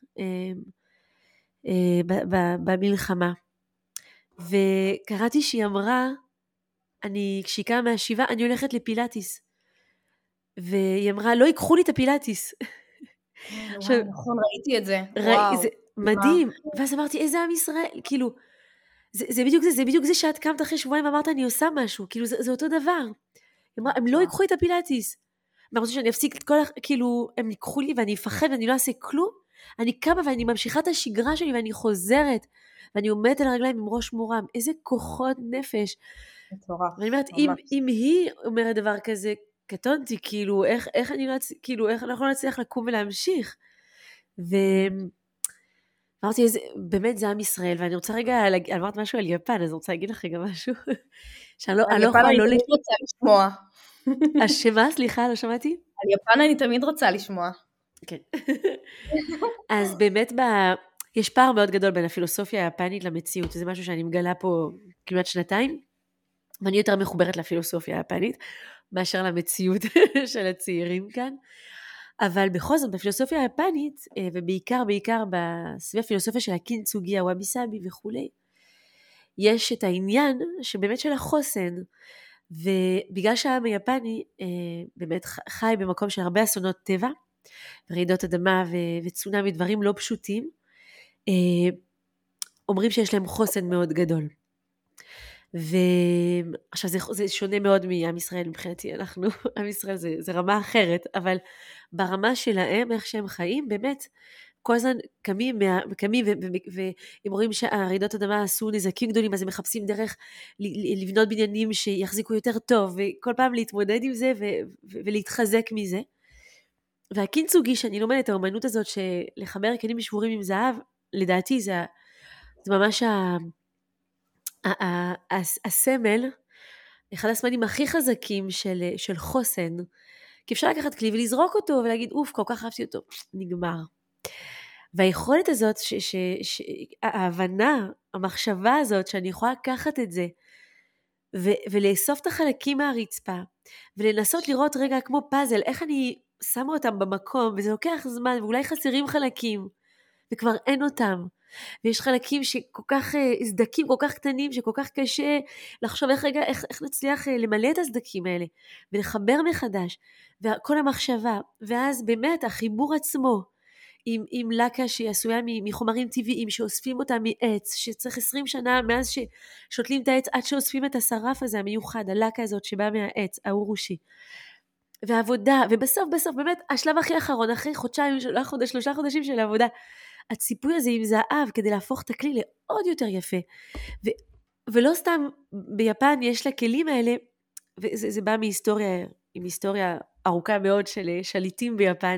במלחמה, וקראתי שהיא אמרה, כשהיא קמה מהשבעה, אני הולכת לפילאטיס, והיא אמרה, לא ייקחו לי את הפילאטיס. נכון, ראיתי את זה. זה מדהים. ואז אמרתי, איזה עם ישראל, כאילו, זה בדיוק זה שאת קמת אחרי שבועיים ואמרת, אני עושה משהו, כאילו, זה אותו דבר. היא אמרה, הם לא ייקחו לי את הפילאטיס. אמרתי שאני אפסיק את כל, כאילו, הם ייקחו לי ואני אפחד ואני לא אעשה כלום. אני קמה ואני ממשיכה את השגרה שלי ואני חוזרת, ואני עומדת על הרגליים עם ראש מורם. איזה כוחות נפש. ואני אומרת, אם היא אומרת דבר כזה, קטונתי, כאילו, איך אני לא אצליח לקום ולהמשיך? ואמרתי, באמת זה עם ישראל, ואני רוצה רגע, אמרת משהו על יפן, אז אני רוצה להגיד לך רגע משהו, שאני לא יכולה לא לשמוע. השמה, סליחה, לא שמעתי? על יפן אני תמיד רוצה לשמוע. כן. אז באמת יש פער מאוד גדול בין הפילוסופיה היפנית למציאות, וזה משהו שאני מגלה פה כמעט שנתיים, ואני יותר מחוברת לפילוסופיה היפנית, מאשר למציאות של הצעירים כאן. אבל בכל זאת, בפילוסופיה היפנית, ובעיקר בסביב הפילוסופיה של הקינצוגי, הוואבי סאבי וכולי, יש את העניין שבאמת של החוסן, ובגלל שהעם היפני באמת חי במקום של הרבה אסונות טבע, רעידות אדמה וצונאמי, דברים לא פשוטים, אומרים שיש להם חוסן מאוד גדול. ועכשיו זה שונה מאוד מעם ישראל מבחינתי, עם ישראל זה רמה אחרת, אבל ברמה שלהם, איך שהם חיים, באמת, כל הזמן קמים והם רואים שהרעידות אדמה עשו נזקים גדולים, אז הם מחפשים דרך לבנות בניינים שיחזיקו יותר טוב, וכל פעם להתמודד עם זה ולהתחזק מזה. והקינצוגי שאני לומדת, האומנות הזאת שלחבר כלים שבורים עם זהב, לדעתי זה ממש הסמל, אחד הסמלים הכי חזקים של חוסן, כי אפשר לקחת כלי ולזרוק אותו ולהגיד, אוף, כל כך אהבתי אותו, נגמר. והיכולת הזאת, ההבנה, המחשבה הזאת, שאני יכולה לקחת את זה, ולאסוף את החלקים מהרצפה, ולנסות לראות רגע כמו פאזל, איך אני שמה אותם במקום, וזה לוקח זמן, ואולי חסרים חלקים, וכבר אין אותם. ויש חלקים שכל כך סדקים, כל כך קטנים, שכל כך קשה לחשוב איך נצליח למלא את הסדקים האלה, ולחבר מחדש, וכל המחשבה, ואז באמת החיבור עצמו, עם לקה שהיא עשויה מחומרים טבעיים, שאוספים אותה מעץ, שצריך 20 שנה מאז ששותלים את העץ, עד שאוספים את השרף הזה המיוחד, הלקה הזאת שבאה מהעץ, האורושי. והעבודה, ובסוף, באמת, השלב הכי אחרון, אחרי חודשיים, 3 חודשים של העבודה, הציפוי הזה עם זהב, כדי להפוך את הכלי לעוד יותר יפה. ולא סתם ביפן יש לכלים האלה, וזה בא מהיסטוריה, עם היסטוריה ארוכה מאוד של שליטים ביפן,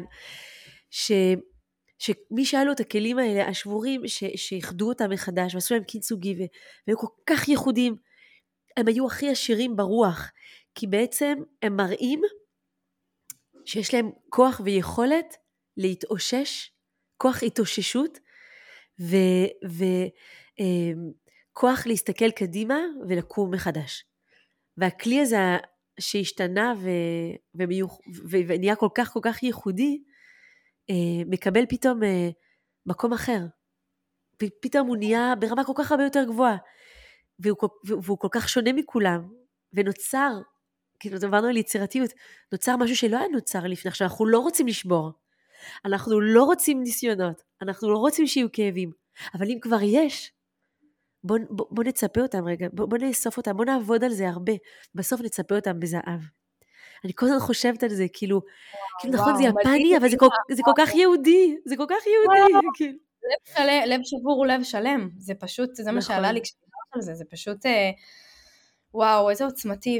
שמי שאלו את הכלים האלה, השבורים, שיחדו אותם מחדש, ועשו להם קינצוגי, והיו כל כך ייחודים, הם היו הכי עשירים ברוח, כי בעצם הם מראים, שיש להם כוח ויכולת להתאושש, כוח התאוששות, וכוח להסתכל קדימה ולקום מחדש. והכלי הזה שהשתנה ונהיה כל כך ייחודי, מקבל פתאום מקום אחר. פתאום הוא נהיה ברמה כל כך הרבה יותר גבוהה, והוא כל כך שונה מכולם, ונוצר, כאילו דברנו על יצירתיות, נוצר משהו שלא היה נוצר לפני, עכשיו אנחנו לא רוצים לשבור, אנחנו לא רוצים ניסיונות, אנחנו לא רוצים שיהיו כאבים, אבל אם כבר יש, בוא נצפה אותם רגע, בוא נאסוף אותם, בוא נעבוד על זה הרבה, בסוף נצפה אותם בזהב. אני כל הזמן חושבת על זה, כאילו נכון זה יפני, אבל זה כל כך יהודי, זה כל כך יהודי. לב שבור הוא לב שלם, זה פשוט, זה מה שעלה לי כשדיברת על זה, זה פשוט, וואו, איזה עוצמתי,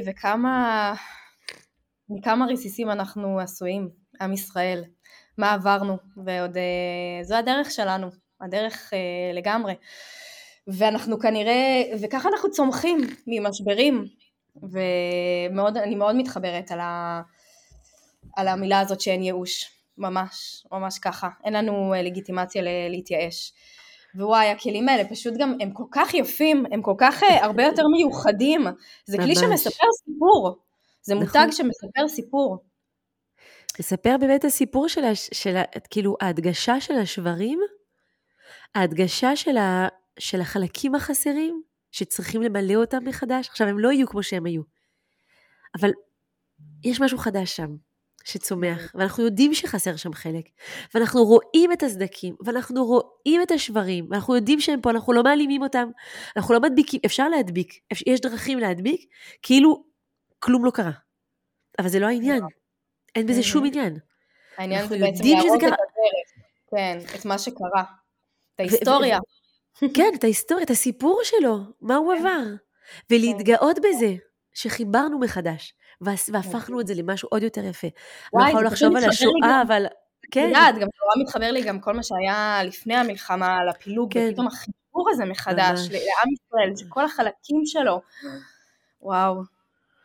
מכמה רסיסים אנחנו עשויים, עם ישראל, מה עברנו, ועוד זו הדרך שלנו, הדרך לגמרי, ואנחנו כנראה, וככה אנחנו צומחים ממשברים, ואני מאוד מתחברת על המילה הזאת שאין ייאוש, ממש ככה, אין לנו לגיטימציה להתייאש, ווואי, הכלים האלה פשוט גם, הם כל כך יפים, הם כל כך הרבה יותר מיוחדים, זה כלי שמספר סיפור, זה מותג שמספר סיפור. מספר באמת הסיפור כאילו ההדגשה של השברים, ההדגשה של החלקים החסרים, שצריכים למלא אותם מחדש, עכשיו הם לא יהיו כמו שהם היו, אבל יש משהו חדש שם, שצומח, ואנחנו יודעים שחסר שם חלק, ואנחנו רואים את הסדקים, ואנחנו רואים את השברים, ואנחנו יודעים שהם פה, אנחנו לא מעלימים אותם, אנחנו לא מדביקים, אפשר להדביק, יש דרכים להדביק, כאילו כלום לא קרה, אבל זה לא העניין, אין בזה שום עניין. העניין זה בעצם להראות את הדרך, כן, את מה שקרה, את ההיסטוריה. כן, את ההיסטוריה, את הסיפור שלו, מה הוא עבר, ולהתגאות בזה, שחיברנו מחדש, והפכנו את זה למשהו עוד יותר יפה. לא יכול לחשוב על השואה, אבל כן. גם נורא מתחבר לי גם כל מה שהיה לפני המלחמה, על הפילוג, ופתאום החיבור הזה מחדש, לעם ישראל, שכל החלקים שלו, וואו.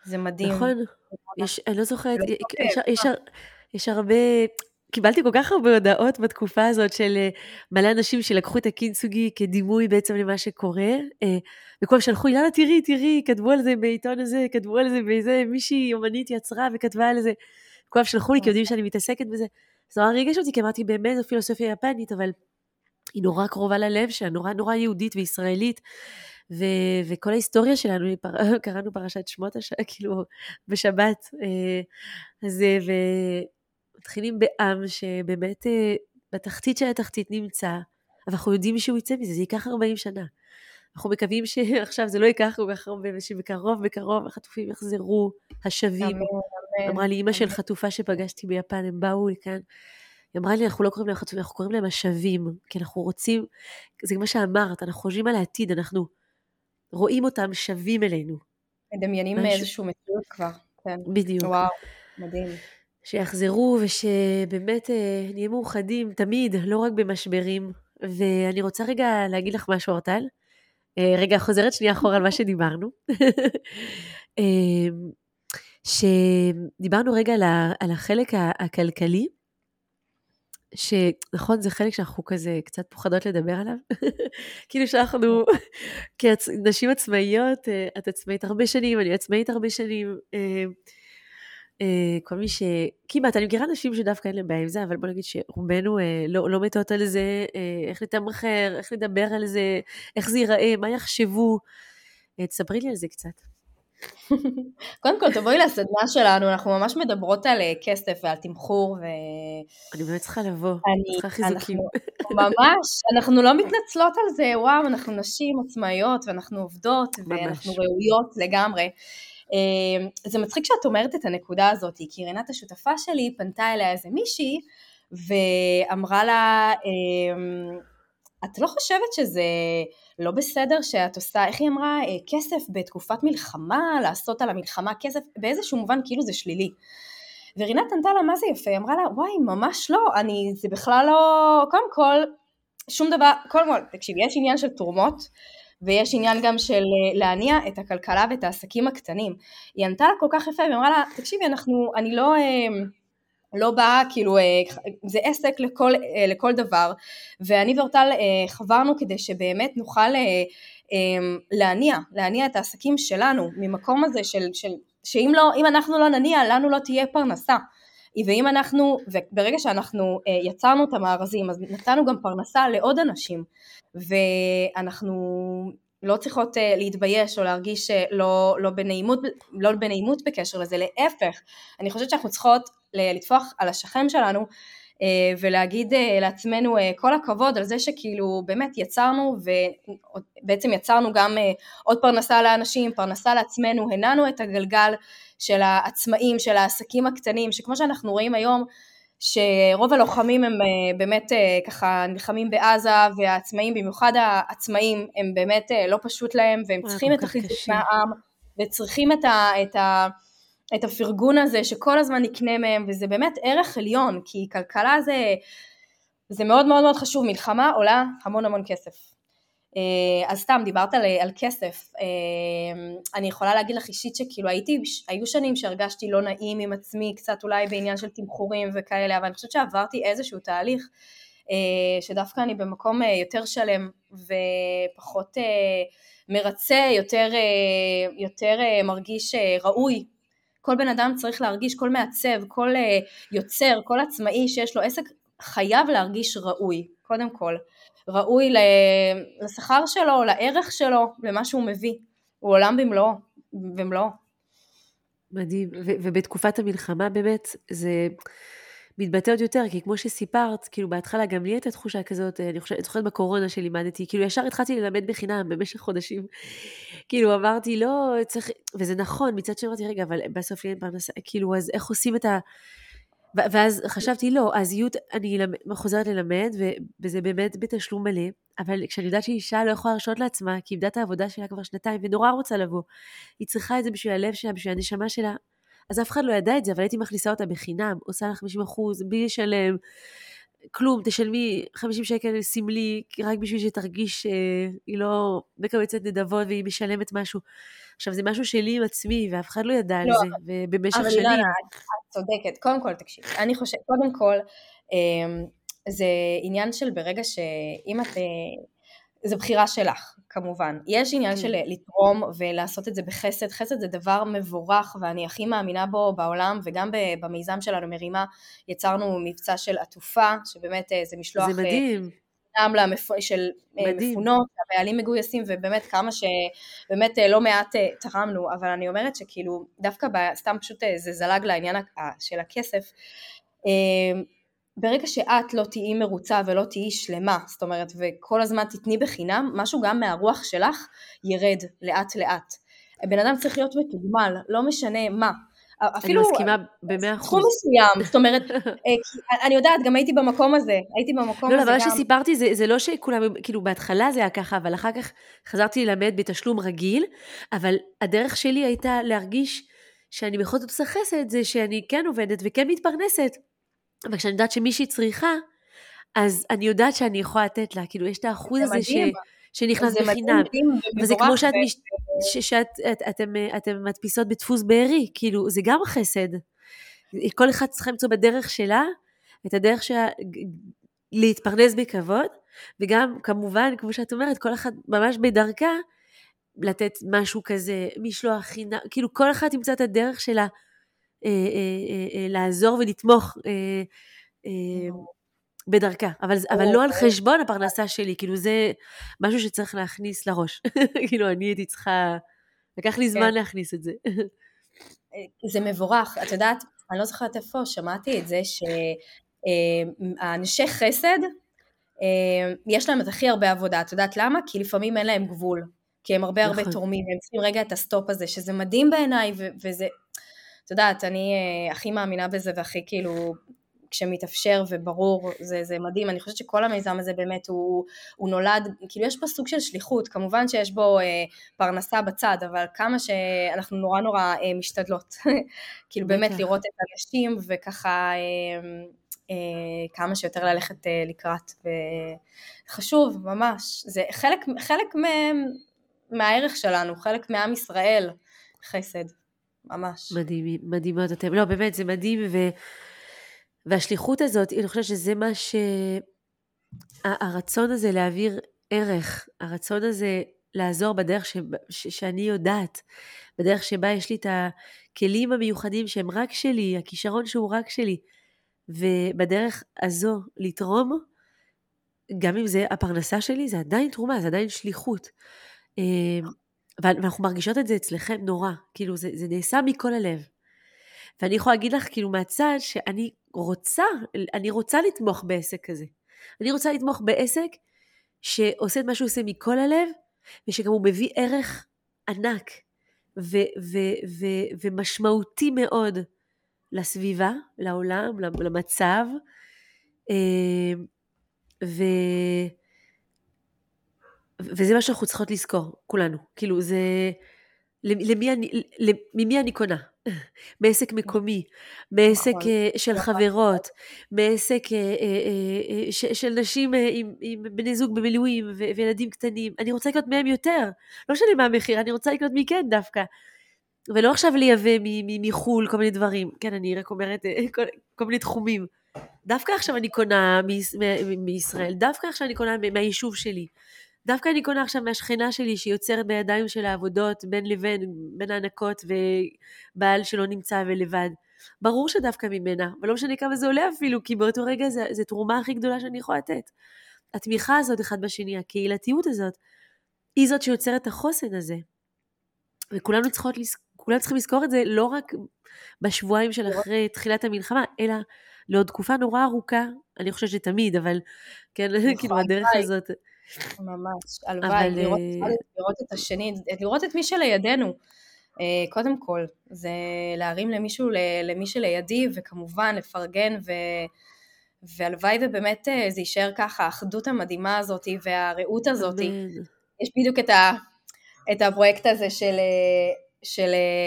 זה מדהים. נכון, אני לא זוכרת, יש הרבה, קיבלתי כל כך הרבה הודעות בתקופה הזאת של מלא אנשים שלקחו את הקינצוגי כדימוי בעצם למה שקורה, וכולם שלחו, יאללה תראי, כתבו על זה בעיתון הזה, כתבו על זה באיזה, מישהי אומנית יצרה וכתבה על זה, כולם שלחו לי כי יודעים שאני מתעסקת בזה, זה נורא ריגש אותי, כי אמרתי באמת זו פילוסופיה יפנית, אבל היא נורא קרובה ללב שלה, נורא יהודית וישראלית, וכל ההיסטוריה שלנו, קראנו פרשת שמות, כאילו בשבת, אז מתחילים בעם שבאמת בתחתית של התחתית נמצא, אבל אנחנו יודעים שהוא יצא מזה, זה ייקח 40 שנה. אנחנו מקווים שעכשיו זה לא ייקח כל כך הרבה, ושבקרוב החטופים יחזרו, השבים. אמרה לי, אמא של חטופה שפגשתי ביפן, הם באו לכאן, היא אמרה לי, אנחנו לא קוראים להם חטופים, אנחנו קוראים להם השבים, כי אנחנו רוצים, זה מה שאמרת, אנחנו חושבים על העתיד, אנחנו רואים אותם שבים אלינו. מדמיינים מאיזשהו מציאות כבר. כן. בדיוק. וואו, מדהים. שיחזרו ושבאמת נהיה מאוחדים תמיד, לא רק במשברים. ואני רוצה רגע להגיד לך משהו, אורטל. רגע, חוזרת שנייה אחורה על מה שדיברנו. שדיברנו רגע על החלק הכלכלי, שנכון, זה חלק שאנחנו כזה קצת פוחדות לדבר עליו. כאילו שאנחנו, כנשים עצמאיות, את עצמאית הרבה שנים, אני עצמאית הרבה שנים, כל מי כמעט, אני מכירה נשים שדווקא אין להם בעיה עם זה, אבל בוא נגיד שרובנו לא מתות על זה, איך לתמחר, איך לדבר על זה, איך זה ייראה, מה יחשבו. תספרי לי על זה קצת. קודם כל, תבואי לסדנה שלנו, אנחנו ממש מדברות על כסף ועל תמחור. אני באמת צריכה לבוא, צריכה חיזוקים. ממש, אנחנו לא מתנצלות על זה, וואו, אנחנו נשים עצמאיות, ואנחנו עובדות, ואנחנו ראויות לגמרי. זה מצחיק שאת אומרת את הנקודה הזאת, כי רינת השותפה שלי פנתה אליה איזה מישהי, ואמרה לה, את לא חושבת שזה לא בסדר שאת עושה, איך היא אמרה, כסף בתקופת מלחמה, לעשות על המלחמה כסף, באיזשהו מובן כאילו זה שלילי. ורינת ענתה לה מה זה יפה, היא אמרה לה, וואי, ממש לא, זה בכלל לא, קודם כל, שום דבר, קודם כל, תקשיב, יש עניין של תרומות, ויש עניין גם של להניע את הכלכלה ואת העסקים הקטנים. היא ענתה לה כל כך יפה, והיא אמרה לה, תקשיבי, אני לא באה, כאילו, זה עסק לכל דבר, ואני ואורטל חברנו כדי שבאמת נוכל להניע את העסקים שלנו, ממקום הזה שאם אנחנו לא נניע, לנו לא תהיה פרנסה. וברגע שאנחנו יצרנו את המארזים, אז נתנו גם פרנסה לעוד אנשים, ואנחנו לא צריכות להתבייש או להרגיש לא בנעימות בקשר לזה, להפך, אני חושבת שאנחנו צריכות לטפוח על השכם שלנו, ולהגיד לעצמנו כל הכבוד על זה שכאילו באמת יצרנו, ובעצם יצרנו גם עוד פרנסה לאנשים, פרנסה לעצמנו, הנענו את הגלגל של העצמאים, של העסקים הקטנים, שכמו שאנחנו רואים היום, שרוב הלוחמים הם באמת ככה נלחמים בעזה, והעצמאים, במיוחד העצמאים, הם באמת לא פשוט להם, והם צריכים את החיזוק מהעם, וצריכים את הפרגון הזה שכל הזמן נקנה מהם, וזה באמת ערך עליון, כי כלכלה זה מאוד מאוד מאוד חשוב, מלחמה עולה המון המון כסף. אז סתם דיברת על כסף, אני יכולה להגיד לך אישית שכאילו היו שנים שהרגשתי לא נעים עם עצמי, קצת אולי בעניין של תמחורים וכאלה, אבל אני חושבת שעברתי איזשהו תהליך, שדווקא אני במקום יותר שלם ופחות מרצה, יותר מרגיש ראוי. כל בן אדם צריך להרגיש, כל מעצב, כל יוצר, כל עצמאי שיש לו עסק, חייב להרגיש ראוי, קודם כל. ראוי לשכר שלו, לערך שלו, למה שהוא מביא. הוא עולם במלואו. מדהים, ובתקופת המלחמה באמת זה מתבטא עוד יותר, כי כמו שסיפרת, כאילו בהתחלה גם לי הייתה תחושה כזאת, אני זוכרת בקורונה שלימדתי, כאילו ישר התחלתי ללמד בחינם במשך חודשים, כאילו אמרתי לא צריך, וזה נכון, מצד שאמרתי רגע, אבל בסוף לי אין פרנסה, כאילו אז איך עושים את ואז חשבתי לא, אז אני חוזרת ללמד, וזה באמת בתשלום מלא, אבל כשאני יודעת שאישה לא יכולה להרשות לעצמה, כי איבדה את העבודה שלה כבר 2 ונורא רוצה לבוא, היא צריכה את זה בשביל הלב שלה, בשביל הנשמה שלה, אז אף אחד לא ידע את זה, אבל הייתי מכניסה אותה בחינם, עושה לה 50%, בלי לשלם, כלום, תשלמי 50 שקל סמלי, רק בשביל שתרגיש שהיא לא מקבצת נדבות, והיא משלמת משהו, עכשיו, זה משהו שלי עם עצמי, ואף אחד לא ידע על זה, ובמשך שנים. אבל אילנה, את צודקת. קודם כל, תקשיב, אני חושבת, קודם כל, זה עניין של ברגע שאם את... זה בחירה שלך, כמובן. יש עניין של לתרום ולעשות את זה בחסד. חסד זה דבר מבורך, ואני הכי מאמינה בו בעולם, וגם במיזם שלנו מרימה, יצרנו מבצע של עטופה, שבאמת זה משלוח... זה מדהים. של מפונות, הבעלים מגויסים, ובאמת כמה שבאמת לא מעט תרמנו, אבל אני אומרת שכאילו, דווקא סתם פשוט זה זלג לעניין של הכסף, ברגע שאת לא תהיי מרוצה ולא תהיי שלמה, זאת אומרת, וכל הזמן תתני בחינם, משהו גם מהרוח שלך ירד לאט לאט. הבן אדם צריך להיות מתוגמל, לא משנה מה. אני מסכימה ב100%. תחום מסוים, זאת אומרת, אני יודעת, גם הייתי במקום הזה, לא, אבל מה שסיפרתי זה לא שכולם, כאילו בהתחלה זה היה ככה, אבל אחר כך חזרתי ללמד בתשלום רגיל, אבל הדרך שלי הייתה להרגיש שאני בכל זאת עושה חסד, זה שאני כן עובדת וכן מתפרנסת, אבל כשאני יודעת שמישהי צריכה, אז אני יודעת שאני יכולה לתת לה, כאילו יש את האחוז הזה שנכנס בחינם, וזה כמו שאתם מדפיסות בדפוס בארי, כאילו זה גם חסד, כל אחד צריך למצוא בדרך שלה, את הדרך שלה להתפרנס בכבוד, וגם כמובן, כמו שאת אומרת, כל אחד ממש בדרכה, לתת משהו כזה, משלוח חינם, כאילו כל אחד ימצא את הדרך שלה, לעזור ולתמוך בדרכה, אבל לא על חשבון הפרנסה שלי, כאילו זה משהו שצריך להכניס לראש, כאילו אני הייתי צריכה, לקח לי זמן להכניס את זה. זה מבורך, את יודעת, אני לא זוכרת איפה, שמעתי את זה שהאנשי חסד, יש להם את הכי הרבה עבודה, את יודעת למה? כי לפעמים אין להם גבול, כי הם הרבה תורמים, הם צריכים רגע את הסטופ הזה, שזה מדהים בעיניי, וזה, את יודעת, אני הכי מאמינה בזה, והכי כאילו, כשמתאפשר וברור, זה מדהים, אני חושבת שכל המיזם הזה באמת הוא נולד, כאילו יש פה סוג של שליחות, כמובן שיש בו פרנסה בצד, אבל כמה שאנחנו נורא משתדלות, כאילו באמת לראות את האנשים, וככה כמה שיותר ללכת לקראת, וחשוב ממש, זה חלק מהערך שלנו, חלק מעם ישראל, חסד, ממש. מדהימות אתם, לא באמת זה מדהים, והשליחות הזאת, אני חושבת שזה מה הרצון הזה להעביר ערך, הרצון הזה לעזור בדרך שאני יודעת, בדרך שבה יש לי את הכלים המיוחדים שהם רק שלי, הכישרון שהוא רק שלי, ובדרך הזו לתרום, גם אם זה הפרנסה שלי, זה עדיין תרומה, זה עדיין שליחות. ואנחנו מרגישות את זה אצלכם נורא, כאילו זה נעשה מכל הלב. ואני יכולה להגיד לך כאילו מהצד שאני רוצה לתמוך בעסק כזה. אני רוצה לתמוך בעסק שעושה את מה שהוא עושה מכל הלב, ושגם הוא מביא ערך ענק ומשמעותי מאוד לסביבה, לעולם, למצב, וזה מה שאנחנו צריכות לזכור, כולנו. כאילו זה, ממי אני קונה? מעסק מקומי, מעסק של חברות, מעסק של נשים עם בני זוג במילואים וילדים קטנים. אני רוצה לקנות מהם יותר, לא שלי מה המחיר, אני רוצה לקנות מכן דווקא. ולא עכשיו לייבא מחול כל מיני דברים, כן, אני רק אומרת כל מיני תחומים. דווקא עכשיו אני קונה מישראל, דווקא עכשיו אני קונה מהיישוב שלי. דווקא אני קונה עכשיו מהשכנה שלי שיוצרת בידיים של העבודות בין לבין, בין הענקות ובעל שלא נמצא ולבד. ברור שדווקא ממנה, אבל לא משנה כמה זה עולה אפילו, כי באותו רגע זה תרומה הכי גדולה שאני יכולה לתת. התמיכה הזאת אחד בשני, הקהילתיות הזאת, היא זאת שיוצרת את החוסן הזה. וכולנו צריכים לזכור את זה לא רק בשבועיים של אחרי תחילת המלחמה, אלא לעוד תקופה נורא ארוכה, אני חושבת שתמיד, אבל כן, כאילו הדרך הזאת. ממש, הלוואי, לראות את השני, לראות את מי שלידינו, קודם כל, זה להרים למישהו, למי שלידי, וכמובן לפרגן, והלוואי ובאמת זה יישאר ככה, האחדות המדהימה הזאת, והרעות הזאת, יש בדיוק את הפרויקט הזה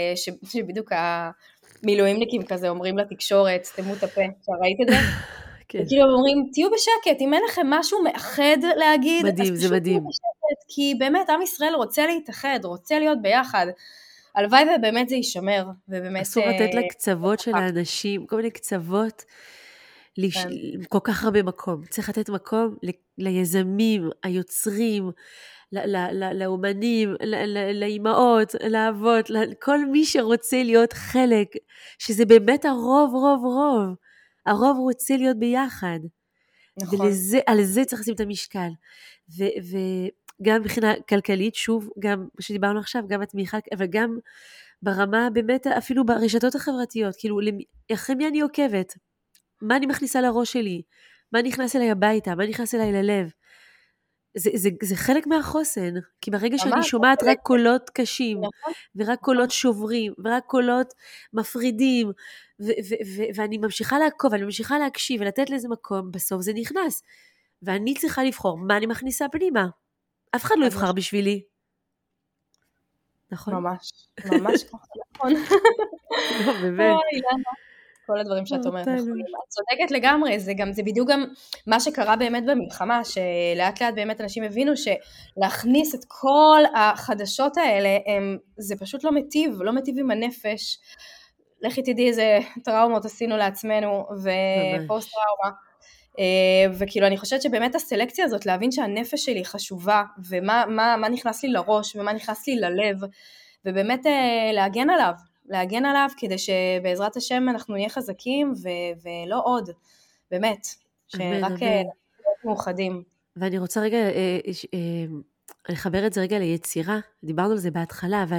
שבדיוק המילואימניקים כזה אומרים לתקשורת, סתמו את הפה, ראית את זה? וכאילו אומרים, תהיו בשקט, אם אין לכם משהו מאחד להגיד, מדהים, אז פשוט תהיו בשקט, כי באמת עם ישראל רוצה להתאחד, רוצה להיות ביחד, הלוואי ובאמת זה יישמר, ובאמת... אסור לתת לקצוות של האנשים, כל מיני קצוות, כל כך הרבה מקום. צריך לתת מקום ליזמים, היוצרים, לאומנים, לאימהות, לאבות, כל מי שרוצה להיות חלק, שזה באמת הרוב, רוב, רוב. הרוב רוצה להיות ביחד. נכון. ועל זה צריך לשים את המשקל. וגם מבחינה כלכלית, שוב, גם מה שדיברנו עכשיו, גם התמיכה, אבל גם ברמה באמת, אפילו ברשתות החברתיות, כאילו, אחרי מי אני עוקבת? מה אני מכניסה לראש שלי? מה נכנס אליי הביתה? מה נכנס אליי ללב? זה חלק מהחוסן, כי ברגע שאני שומעת רק קולות קשים, ורק קולות שוברים, ורק קולות מפרידים, ואני ממשיכה לעקוב, אני ממשיכה להקשיב, ולתת לזה מקום, בסוף זה נכנס. ואני צריכה לבחור מה אני מכניסה פנימה. אף אחד לא יבחר בשבילי. נכון? ממש, ממש ככה, נכון. לא, באמת. כל הדברים שאת אומרת נכונים. את צודקת לגמרי, זה בדיוק גם מה שקרה באמת במלחמה, שלאט לאט באמת אנשים הבינו שלהכניס את כל החדשות האלה, זה פשוט לא מיטיב עם הנפש. לכי תדעי איזה טראומות עשינו לעצמנו, ופוסט טראומה. וכאילו אני חושבת שבאמת הסלקציה הזאת, להבין שהנפש שלי חשובה, ומה נכנס לי לראש, ומה נכנס לי ללב, ובאמת להגן עליו, כדי שבעזרת השם אנחנו נהיה חזקים, ולא עוד, באמת, שרק מאוחדים. ואני רוצה רגע, לחבר את זה רגע ליצירה, דיברנו על זה בהתחלה, אבל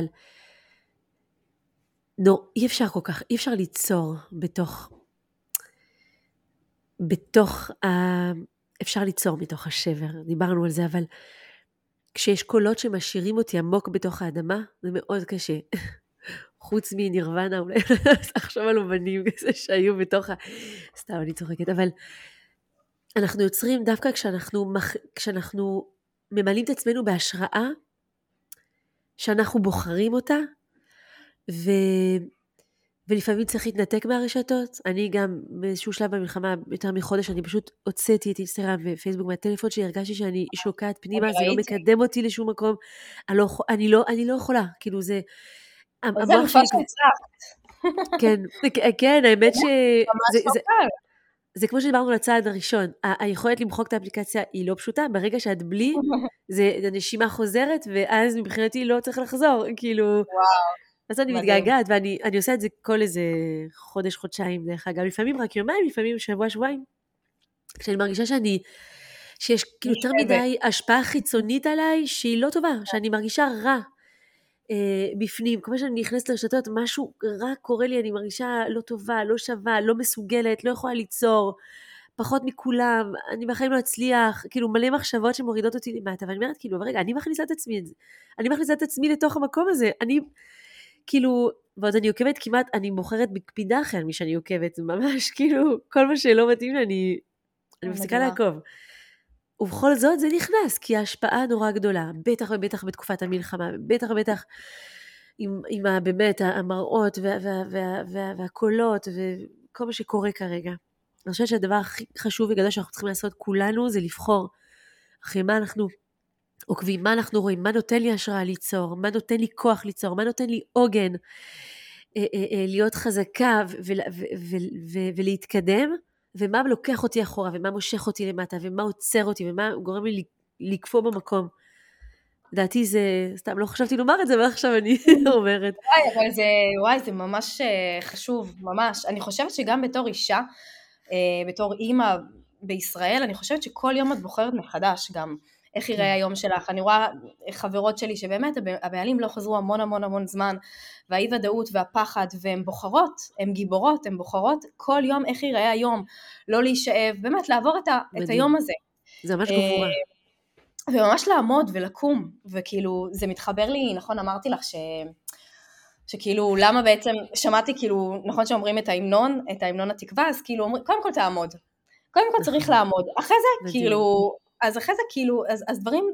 אי אפשר ליצור אפשר ליצור מתוך השבר, דיברנו על זה, אבל כשיש קולות שמשאירים אותי עמוק בתוך האדמה, זה מאוד קשה. חוץ מנירוונה, אולי עכשיו על אומנים כזה שהיו בתוך סתם, אני צוחקת, אבל אנחנו יוצרים דווקא כשאנחנו ממלאים את עצמנו בהשראה, שאנחנו בוחרים אותה, ולפעמים צריך להתנתק מהרשתות. אני גם באיזשהו שלב במלחמה, יותר מחודש, אני פשוט הוצאתי את אינסטגרם ופייסבוק מהטלפון, שהרגשתי שאני שוקעת פנימה, זה לא מקדם אותי לשום מקום, אני לא יכולה, כאילו זה... זה נפש נצחת. כן, האמת זה כמו שדיברנו לצעד הראשון, היכולת למחוק את האפליקציה היא לא פשוטה, ברגע שאת בלי, זה נשימה חוזרת, ואז מבחינתי לא צריך לחזור, כאילו... אז אני מתגעגעת, ואני עושה את זה כל איזה חודש, חודשיים, דרך אגב, לפעמים רק יומיים, לפעמים שבוע, שבועיים, כשאני מרגישה שיש יותר מדי השפעה חיצונית עליי, שהיא לא טובה, שאני מרגישה רע בפנים, כמו שאני נכנסת לרשתות, משהו רע קורה לי, אני מרגישה לא טובה, לא שווה, לא מסוגלת, לא יכולה ליצור, פחות מכולם, אני בחיים לא אצליח, כאילו מלא מחשבות שמורידות אותי למטה, ואני אומרת, כאילו, רגע, אני מכניסה את עצמי לתוך המקום הזה, כאילו, ועוד אני עוקבת כמעט, אני בוחרת בקפידה אחרי מי שאני עוקבת, ממש כאילו, כל מה שלא מתאים לי, אני מפסיקה לעקוב. ובכל זאת זה נכנס, כי ההשפעה נורא גדולה, בטח ובטח בתקופת המלחמה, בטח ובטח עם באמת המראות והקולות, וכל מה שקורה כרגע. אני חושבת שהדבר הכי חשוב וגדול שאנחנו צריכים לעשות כולנו, זה לבחור אחרי מה אנחנו עוקבים, מה אנחנו רואים, מה נותן לי השראה ליצור, מה נותן לי כוח ליצור, מה נותן לי עוגן להיות חזקה ולהתקדם, ומה לוקח אותי אחורה, ומה מושך אותי למטה, ומה עוצר אותי, ומה גורם לי לקפוא במקום. לדעתי זה, סתם לא חשבתי לומר את זה, אבל עכשיו אני אומרת. זה ממש חשוב, ממש. אני חושבת שגם בתור אישה, בתור אימא בישראל, אני חושבת שכל יום את בוחרת מחדש גם. איך יראה היום שלך? אני רואה חברות שלי שבאמת הבעלים לא חזרו המון זמן, והאי ודאות והפחד, והן בוחרות, הן גיבורות, הן בוחרות כל יום איך יראה היום, לא להישאב, באמת לעבור את היום הזה. זה ממש גבורה. וממש לעמוד ולקום, וכאילו זה מתחבר לי, נכון, אמרתי לך שכאילו למה בעצם, שמעתי כאילו, נכון שאומרים את ההמנון התקווה, אז כאילו קודם כל תעמוד, קודם כל צריך לעמוד, אחרי זה כאילו, אז אחרי זה כאילו, אז דברים,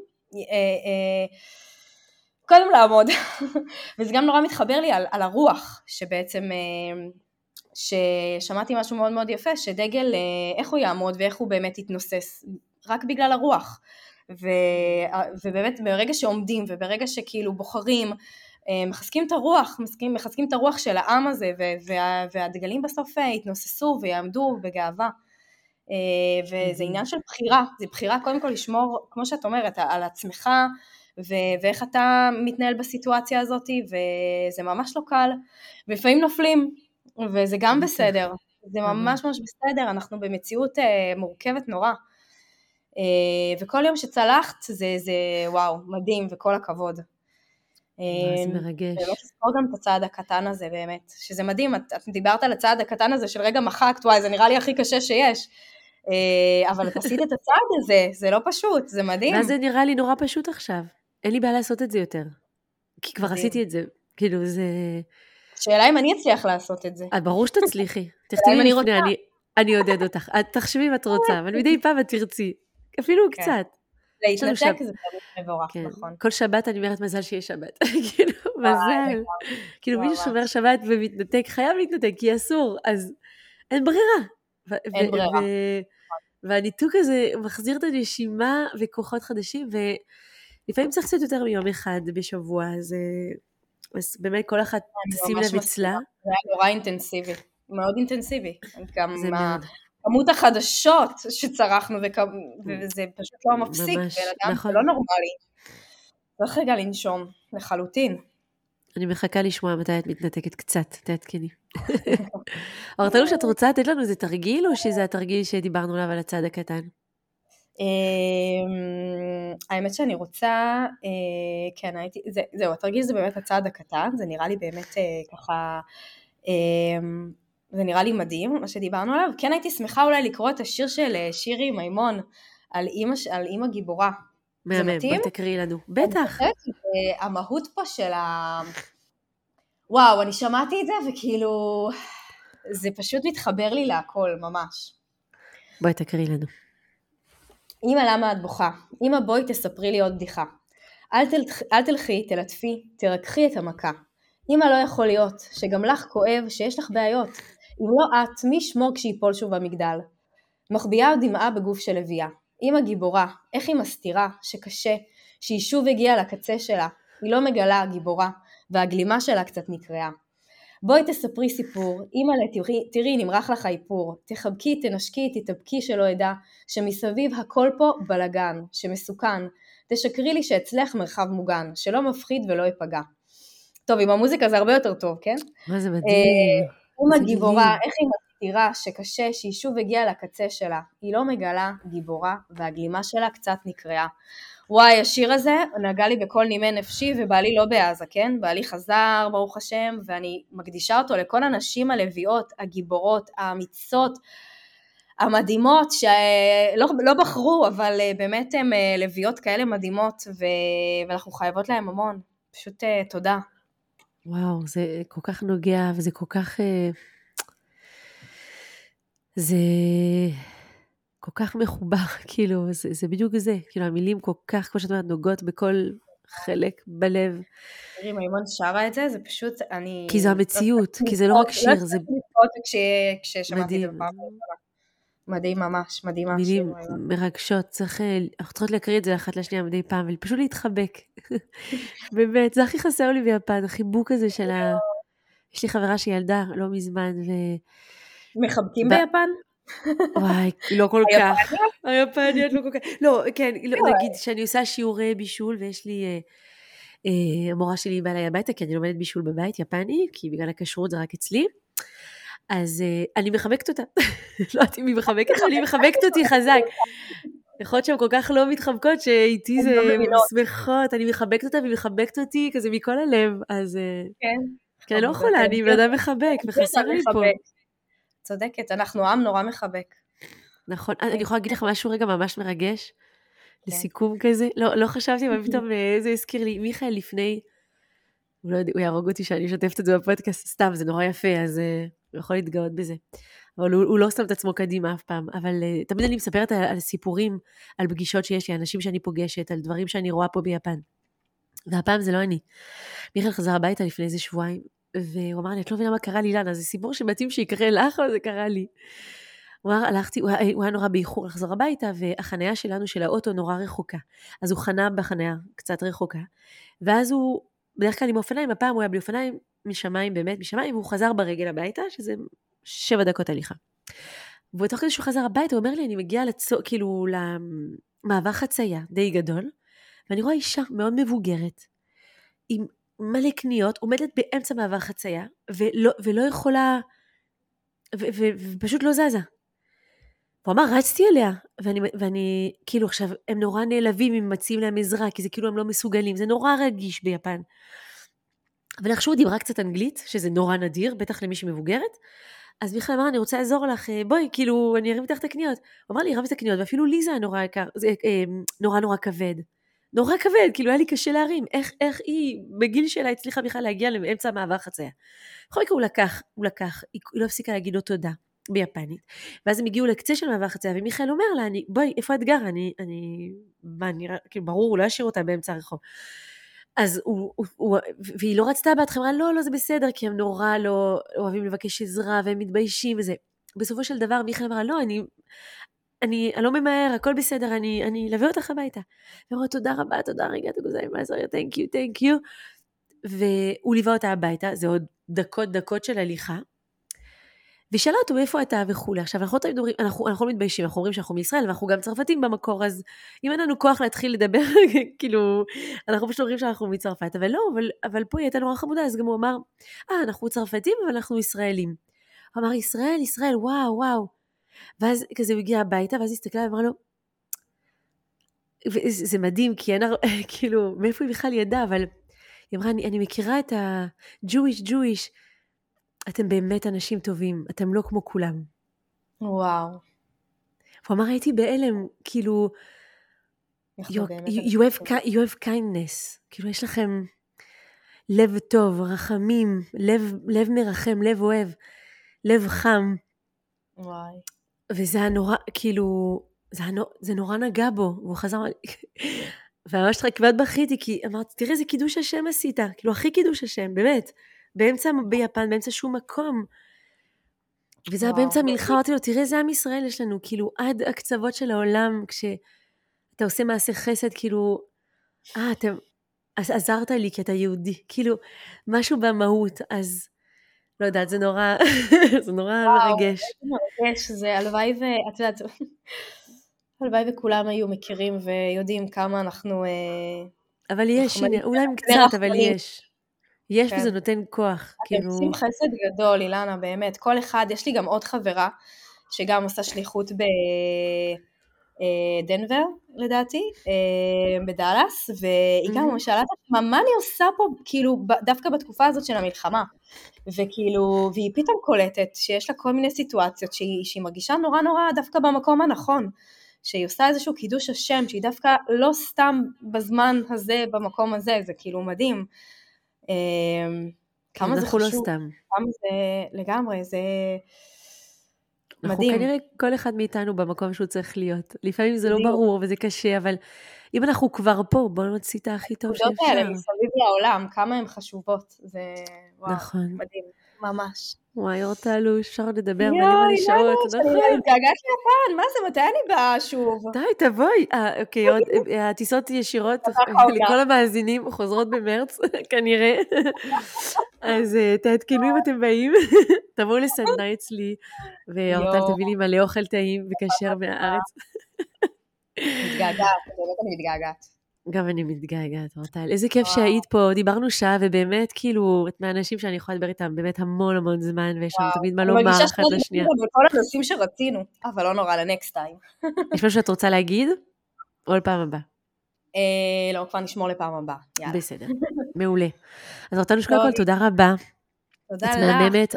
קודם לעמוד, וזה גם נורא מתחבר לי על הרוח, שבעצם ששמעתי משהו מאוד מאוד יפה, שדגל, איך הוא יעמוד ואיך הוא באמת יתנוסס, רק בגלל הרוח. ובאמת ברגע שעומדים וברגע שכאילו בוחרים, מחזקים את הרוח, מחזקים את הרוח של העם הזה, והדגלים בסוף יתנוססו ויעמדו בגאווה. וזה עניין של בחירה, זה בחירה קודם כל לשמור, כמו שאת אומרת, על עצמך, ואיך אתה מתנהל בסיטואציה הזאת, וזה ממש לא קל, ולפעמים נופלים, וזה גם בסדר, זה ממש ממש בסדר, אנחנו במציאות מורכבת נורא, וכל יום שצלחת זה וואו, מדהים וכל הכבוד. זה מרגש. ולא תזכור גם את הצעד הקטן הזה באמת, שזה מדהים, את דיברת על הצעד הקטן הזה של רגע מחקת, וואי, זה נראה לי הכי קשה שיש, אבל את עשית את הצעד הזה, זה לא פשוט, זה מדהים. ואז זה נראה לי נורא פשוט עכשיו, אין לי בעיה לעשות את זה יותר, כי כבר עשיתי את זה, כאילו זה... שאלה אם אני אצליח לעשות את זה. ברור שתצליחי, תכתיבי לי לפני, אני עודד אותך, תחשבי אם את רוצה, אבל מדי פעם את תרצי, אפילו קצת. להתנתק זה מבורך, נכון. כל שבת אני אומרת מזל שיש שבת, כאילו מזל, כאילו מי ששומר שבת ומתנתק חייב להתנתק, כי אסור, אז אין ברירה. אין ברירה. והניתוק הזה מחזיר את הנשימה וכוחות חדשים, ולפעמים צריך קצת יותר מיום אחד בשבוע, אז באמת כל אחת תשים לב אצלה. זה היה נורא אינטנסיבי, מאוד אינטנסיבי. גם כמות החדשות שצרכנו, וזה פשוט לא מפסיק, ולאדם זה לא נורמלי. צריך רגע לנשום, לחלוטין. אני מחכה לשמוע מתי את מתנתקת קצת, תעדכני. אורטלו, שאת רוצה לתת לנו איזה תרגיל, או שזה התרגיל שדיברנו עליו על הצד הקטן? האמת שאני רוצה, כן, זהו, התרגיל זה באמת הצד הקטן, זה נראה לי באמת ככה, זה נראה לי מדהים, מה שדיברנו עליו. כן, הייתי שמחה אולי לקרוא את השיר של שירי מימון, על אימא גיבורה. מהמם, בוא תקריאי לנו. בטח. המהות פה של וואו, אני שמעתי את זה, וכאילו, זה פשוט מתחבר לי להכל, ממש. בואי תקריאי לנו. אמא, למה את בוכה? אמא, בואי תספרי לי עוד בדיחה. אל תלכי, תלטפי, תרקחי את המכה. אמא, לא יכול להיות, שגם לך כואב, שיש לך בעיות. אם לא את, מי ישמור כשיפול שוב במגדל? מחביאה דמעה בגוף של לביאה. אמא גיבורה, איך היא מסתירה, שקשה, שהיא שוב הגיעה לקצה שלה. היא לא מגלה, גיבורה, והגלימה שלה קצת נקראה. בואי תספרי סיפור, אמא, תראי, נמרח לך האיפור. תחבקי, תנשקי, תתאבקי שלא ידע, שמסביב הכל פה בלגן, שמסוכן. תשקרי לי שאצלך מרחב מוגן, שלא מפחיד ולא ייפגע. טוב, עם המוזיקה זה הרבה יותר טוב, כן? מה זה מדהים. אמא גיבורה, איך היא מסתירה שקשה שהיא שוב הגיעה לקצה שלה. היא לא מגלה, גיבורה, והגלימה שלה קצת נקראה. וואי, השיר הזה נגע לי בכל נימי נפשי, ובעלי לא בעזה, כן? בעלי חזר, ברוך השם, ואני מקדישה אותו לכל הנשים הלוויות, הגיבורות, האמיצות, המדהימות, שלא בחרו, אבל באמת הן לוויות כאלה מדהימות, ואנחנו חייבות להם המון. פשוט תודה. וואו, זה כל כך נוגע, וזה כל כך... זה כל כך מחובר, כאילו, זה בדיוק זה, כאילו, המילים כל כך, כמו שאת אומרת, נוגעות בכל חלק בלב. תראי, מימון שרה את זה, זה פשוט, אני... כי זו המציאות, כי זה לא רק שיר, זה... כששמעתי את זה פעם. מדהים ממש, מדהימה. מילים מרגשות, אנחנו צריכות להקריא את זה אחת לשנייה מדי פעם, ופשוט להתחבק. באמת, זה הכי חסר לי ביפן, החיבוק הזה של ה... יש לי חברה שילדה לא מזמן, מחבקים ביפן? וואי, לא כל כך. היפניות לא כל כך. לא, כן, נגיד שאני עושה שיעורי בישול, ויש לי, המורה שלי באה לי הביתה, כי אני לומדת בישול בבית יפני, כי בגלל הכשרות זה רק אצלי, אז אני מחבקת אותה. לא יודעת אם היא מחבקת, אבל היא מחבקת אותי חזק. יכול להיות שהן כל כך לא מתחבקות, שאיתי זה שמחות, אני מחבקת אותה, והיא מחבקת אותי כזה מכל הלב, אז... כן. כי אני לא יכולה, אני בן אדם מחבק, וחסר לי פה. צודקת, אנחנו עם נורא מחבק. נכון, אני יכולה להגיד לך משהו רגע ממש מרגש, לסיכום כזה, לא חשבתי, אבל פתאום זה הזכיר לי, מיכאל לפני, הוא יהרוג אותי שאני משתפת את זה בפודקאסט, סתם, זה נורא יפה, אז הוא יכול להתגאות בזה, אבל הוא לא שם את עצמו קדימה אף פעם, אבל תמיד אני מספרת על סיפורים, על פגישות שיש לי, אנשים שאני פוגשת, על דברים שאני רואה פה ביפן, והפעם זה לא אני. מיכאל חזר הביתה לפני איזה שבועיים, והוא אמר לי, את לא מבינה מה קרה לי, אילנה, זה סיפור שמתאים שיקרה לך, אבל זה קרה לי. הוא אמר, הוא היה נורא באיחור לחזור הביתה, והחניה שלנו של האוטו נורא רחוקה. אז הוא חנה בחניה קצת רחוקה, ואז הוא, בדרך כלל עם אופניים, הפעם הוא היה בלי אופניים, משמיים, באמת משמיים, והוא חזר ברגל הביתה, שזה 7 דקות הליכה. ותוך כדי שהוא חזר הביתה, הוא אומר לי, אני מגיעה כאילו למעבר חצייה די גדול, ואני רואה אישה מאוד מבוגרת, עם מלא קניות, עומדת באמצע מעבר חצייה, ולא יכולה, ופשוט לא זזה. הוא אמר, רצתי אליה, ואני, כאילו עכשיו, הם נורא נעלבים אם מציעים להם עזרה, כי זה כאילו הם לא מסוגלים, זה נורא רגיש ביפן. אבל איכשהו דיברה קצת אנגלית, שזה נורא נדיר, בטח למי שמבוגרת, אז מיכל אמר, אני רוצה לעזור לך, בואי, כאילו, אני ארים איתך את הקניות. הוא אמר לי, ארים את הקניות, ואפילו לי זה נורא יקר, זה נורא כבד. נורא כבד, כאילו היה לי קשה להרים. איך היא, בגיל שלה, הצליחה בכלל להגיע לאמצע המעבר חצייה. בכל מקרה הוא לקח, היא לא הפסיקה להגיד לו תודה, ביפנית. ואז הם הגיעו לקצה של מעבר חצייה, ומיכל אומר לה, בואי, איפה את גרה? כאילו, ברור, הוא לא ישאיר אותה באמצע הרחוב. אז והיא לא רצתה בהתחלה, אמרה, לא, זה בסדר, כי הם נורא לא אוהבים לבקש עזרה, והם מתביישים וזה. בסופו של דבר, מיכל אמרה, לא, אני לא ממהר, הכל בסדר, אני אלווה אותך הביתה. ואמרה, תודה רבה, תודה, רגע, תגוזי, thank you. והוא ליווה אותה הביתה, זה עוד דקות של הליכה, ושאלה אותו איפה אתה וכולי. עכשיו, אנחנו מתביישים, אנחנו אומרים שאנחנו מישראל, ואנחנו גם צרפתים במקור, אז אם אין לנו כוח להתחיל לדבר, כאילו, אנחנו פשוט אומרים שאנחנו מצרפת, אבל לא, אבל פה היא הייתה נורא חמודה, אז גם הוא אמר, אנחנו צרפתים, אבל אנחנו ישראלים. הוא אמר, ישראל, וואו. ואז כזה הוא הגיע הביתה, ואז הסתכלה ואמרה לו, זה מדהים, כי אין, כאילו, מאיפה היא בכלל ידעה, אבל היא אמרה, אני מכירה את ה-Jewish, אתם באמת אנשים טובים, אתם לא כמו כולם. וואו. הוא אמר, הייתי בהלם, כאילו, you have kindness, כאילו יש לכם לב טוב, רחמים, לב מרחם, לב אוהב, לב חם. וואי. וזה הנורא, כאילו, זה נורא נגע בו, והוא חזר, וממש כמעט בכיתי, כי אמרתי, תראה, זה קידוש השם עשית, כאילו, הכי קידוש השם, באמת, ביפן, באמצע שום מקום, וזה היה באמצע המלחמה, אמרתי לו, תראה, זה עם ישראל יש לנו, כאילו, עד הקצוות של העולם, כשאתה עושה מעשה חסד, כאילו, אז עזרת לי, כי אתה יהודי, כאילו, משהו במהות, אז, לא יודעת, זה נורא מרגש. מרגש, זה הלוואי ואת יודעת, הלוואי וכולם היו מכירים ויודעים כמה אנחנו... אבל יש, הנה, אולי קצת, אבל יש וזה נותן כוח. אתם עושים חסד גדול, אילנה, באמת. כל אחד, יש לי גם עוד חברה, שגם עושה שליחות בדנבר, לדעתי, בדלס, והיא גם שאלה את עצמה, מה אני עושה פה, כאילו, דווקא בתקופה הזאת של המלחמה, וכאילו, והיא פתאום קולטת, שיש לה כל מיני סיטואציות, שהיא מרגישה נורא דווקא במקום הנכון, שהיא עושה איזשהו קידוש השם, שהיא דווקא לא סתם בזמן הזה, במקום הזה, זה כאילו מדהים. כמה זה חשוב, כמה זה לגמרי, זה מדהים. אנחנו כנראה כל אחד מאיתנו במקום שהוא צריך להיות. לפעמים זה לא ברור וזה קשה, אבל אם אנחנו כבר פה, בואו נוציא את הכי טוב שאפשר. העובדות האלה מסביב לעולם, כמה הן חשובות, זה וואו, מדהים. ממש. וואי, אורטלו, אפשר לדבר מלא שעות. אני מתגעגעת ליפן, מה זה, מתי אני באה שוב? די, תבואי. אוקיי, הטיסות ישירות לכל המאזינים חוזרות במרץ, כנראה. אז תעדכנו אם אתם באים, תבואו לסדנה אצלי, ואורטל תביא לי מלא אוכל טעים וכשר מהארץ. מתגעגעת, באמת אני מתגעגעת. גם אני מתגעגעת, אורטל. איזה כיף שהיית פה, דיברנו שעה, ובאמת, כאילו, את מהאנשים שאני יכולה לדבר איתם באמת המון זמן, ויש לנו תמיד מה לומר אחת לשנייה. בכל הנושאים שרצינו, אבל לא נורא, לנקסט טיים. יש משהו שאת רוצה להגיד? או לפעם הבאה? לא, כבר נשמור לפעם הבאה. בסדר, מעולה. אז אורטל, קודם כל, תודה רבה. תודה לך. את מהממת,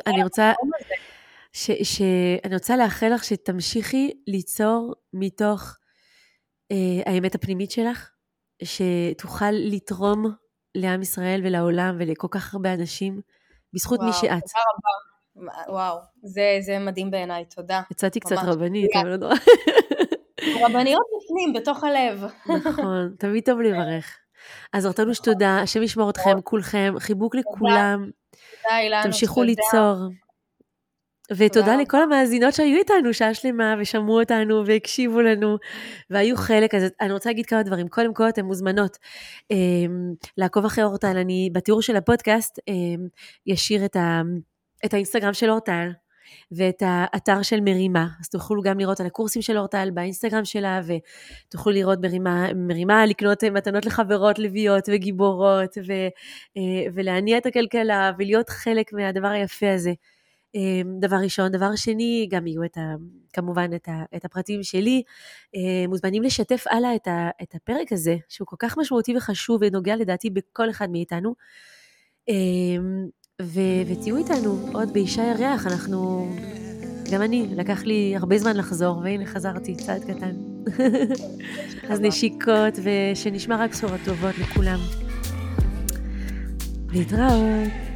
אני רוצה לאחל לך שתמשיכי ליצור מתוך האמת הפנימית שלך, שתוכל לתרום לעם ישראל ולעולם ולכל כך הרבה אנשים, בזכות מי שאת. תודה רבה. וואו, זה מדהים בעיניי, תודה. יצאתי קצת רבנית, אבל לא נורא. רבניות בפנים, בתוך הלב. נכון, תמיד טוב לברך. אז אורטל, תודה, השם ישמור אתכם, כולכם, חיבוק לכולם. תמשיכו ליצור. ותודה לכל המאזינות שהיו איתנו שעה שלמה, ושמעו אותנו, והקשיבו לנו, והיו חלק. אז אני רוצה להגיד כמה דברים. קודם כל, אתן מוזמנות לעקוב אחרי אורטל. אני בתיאור של הפודקאסט ישיר את האינסטגרם של אורטל, ואת האתר של מרימה. אז תוכלו גם לראות על הקורסים של אורטל באינסטגרם שלה, ותוכלו לראות מרימה, לקנות מתנות לחברות לביאות וגיבורות, ולהניע את הכלכלה, ולהיות חלק מהדבר היפה הזה. דבר ראשון. דבר שני, גם יהיו כמובן את הפרטים שלי. מוזמנים לשתף הלאה את הפרק הזה, שהוא כל כך משמעותי וחשוב, ונוגע לדעתי בכל אחד מאיתנו. ותהיו איתנו עוד באישה ירח. גם אני, לקח לי הרבה זמן לחזור, והנה חזרתי, צעד קטן. אז נשיקות, ושנשמע רק בשורות טובות לכולם. להתראות.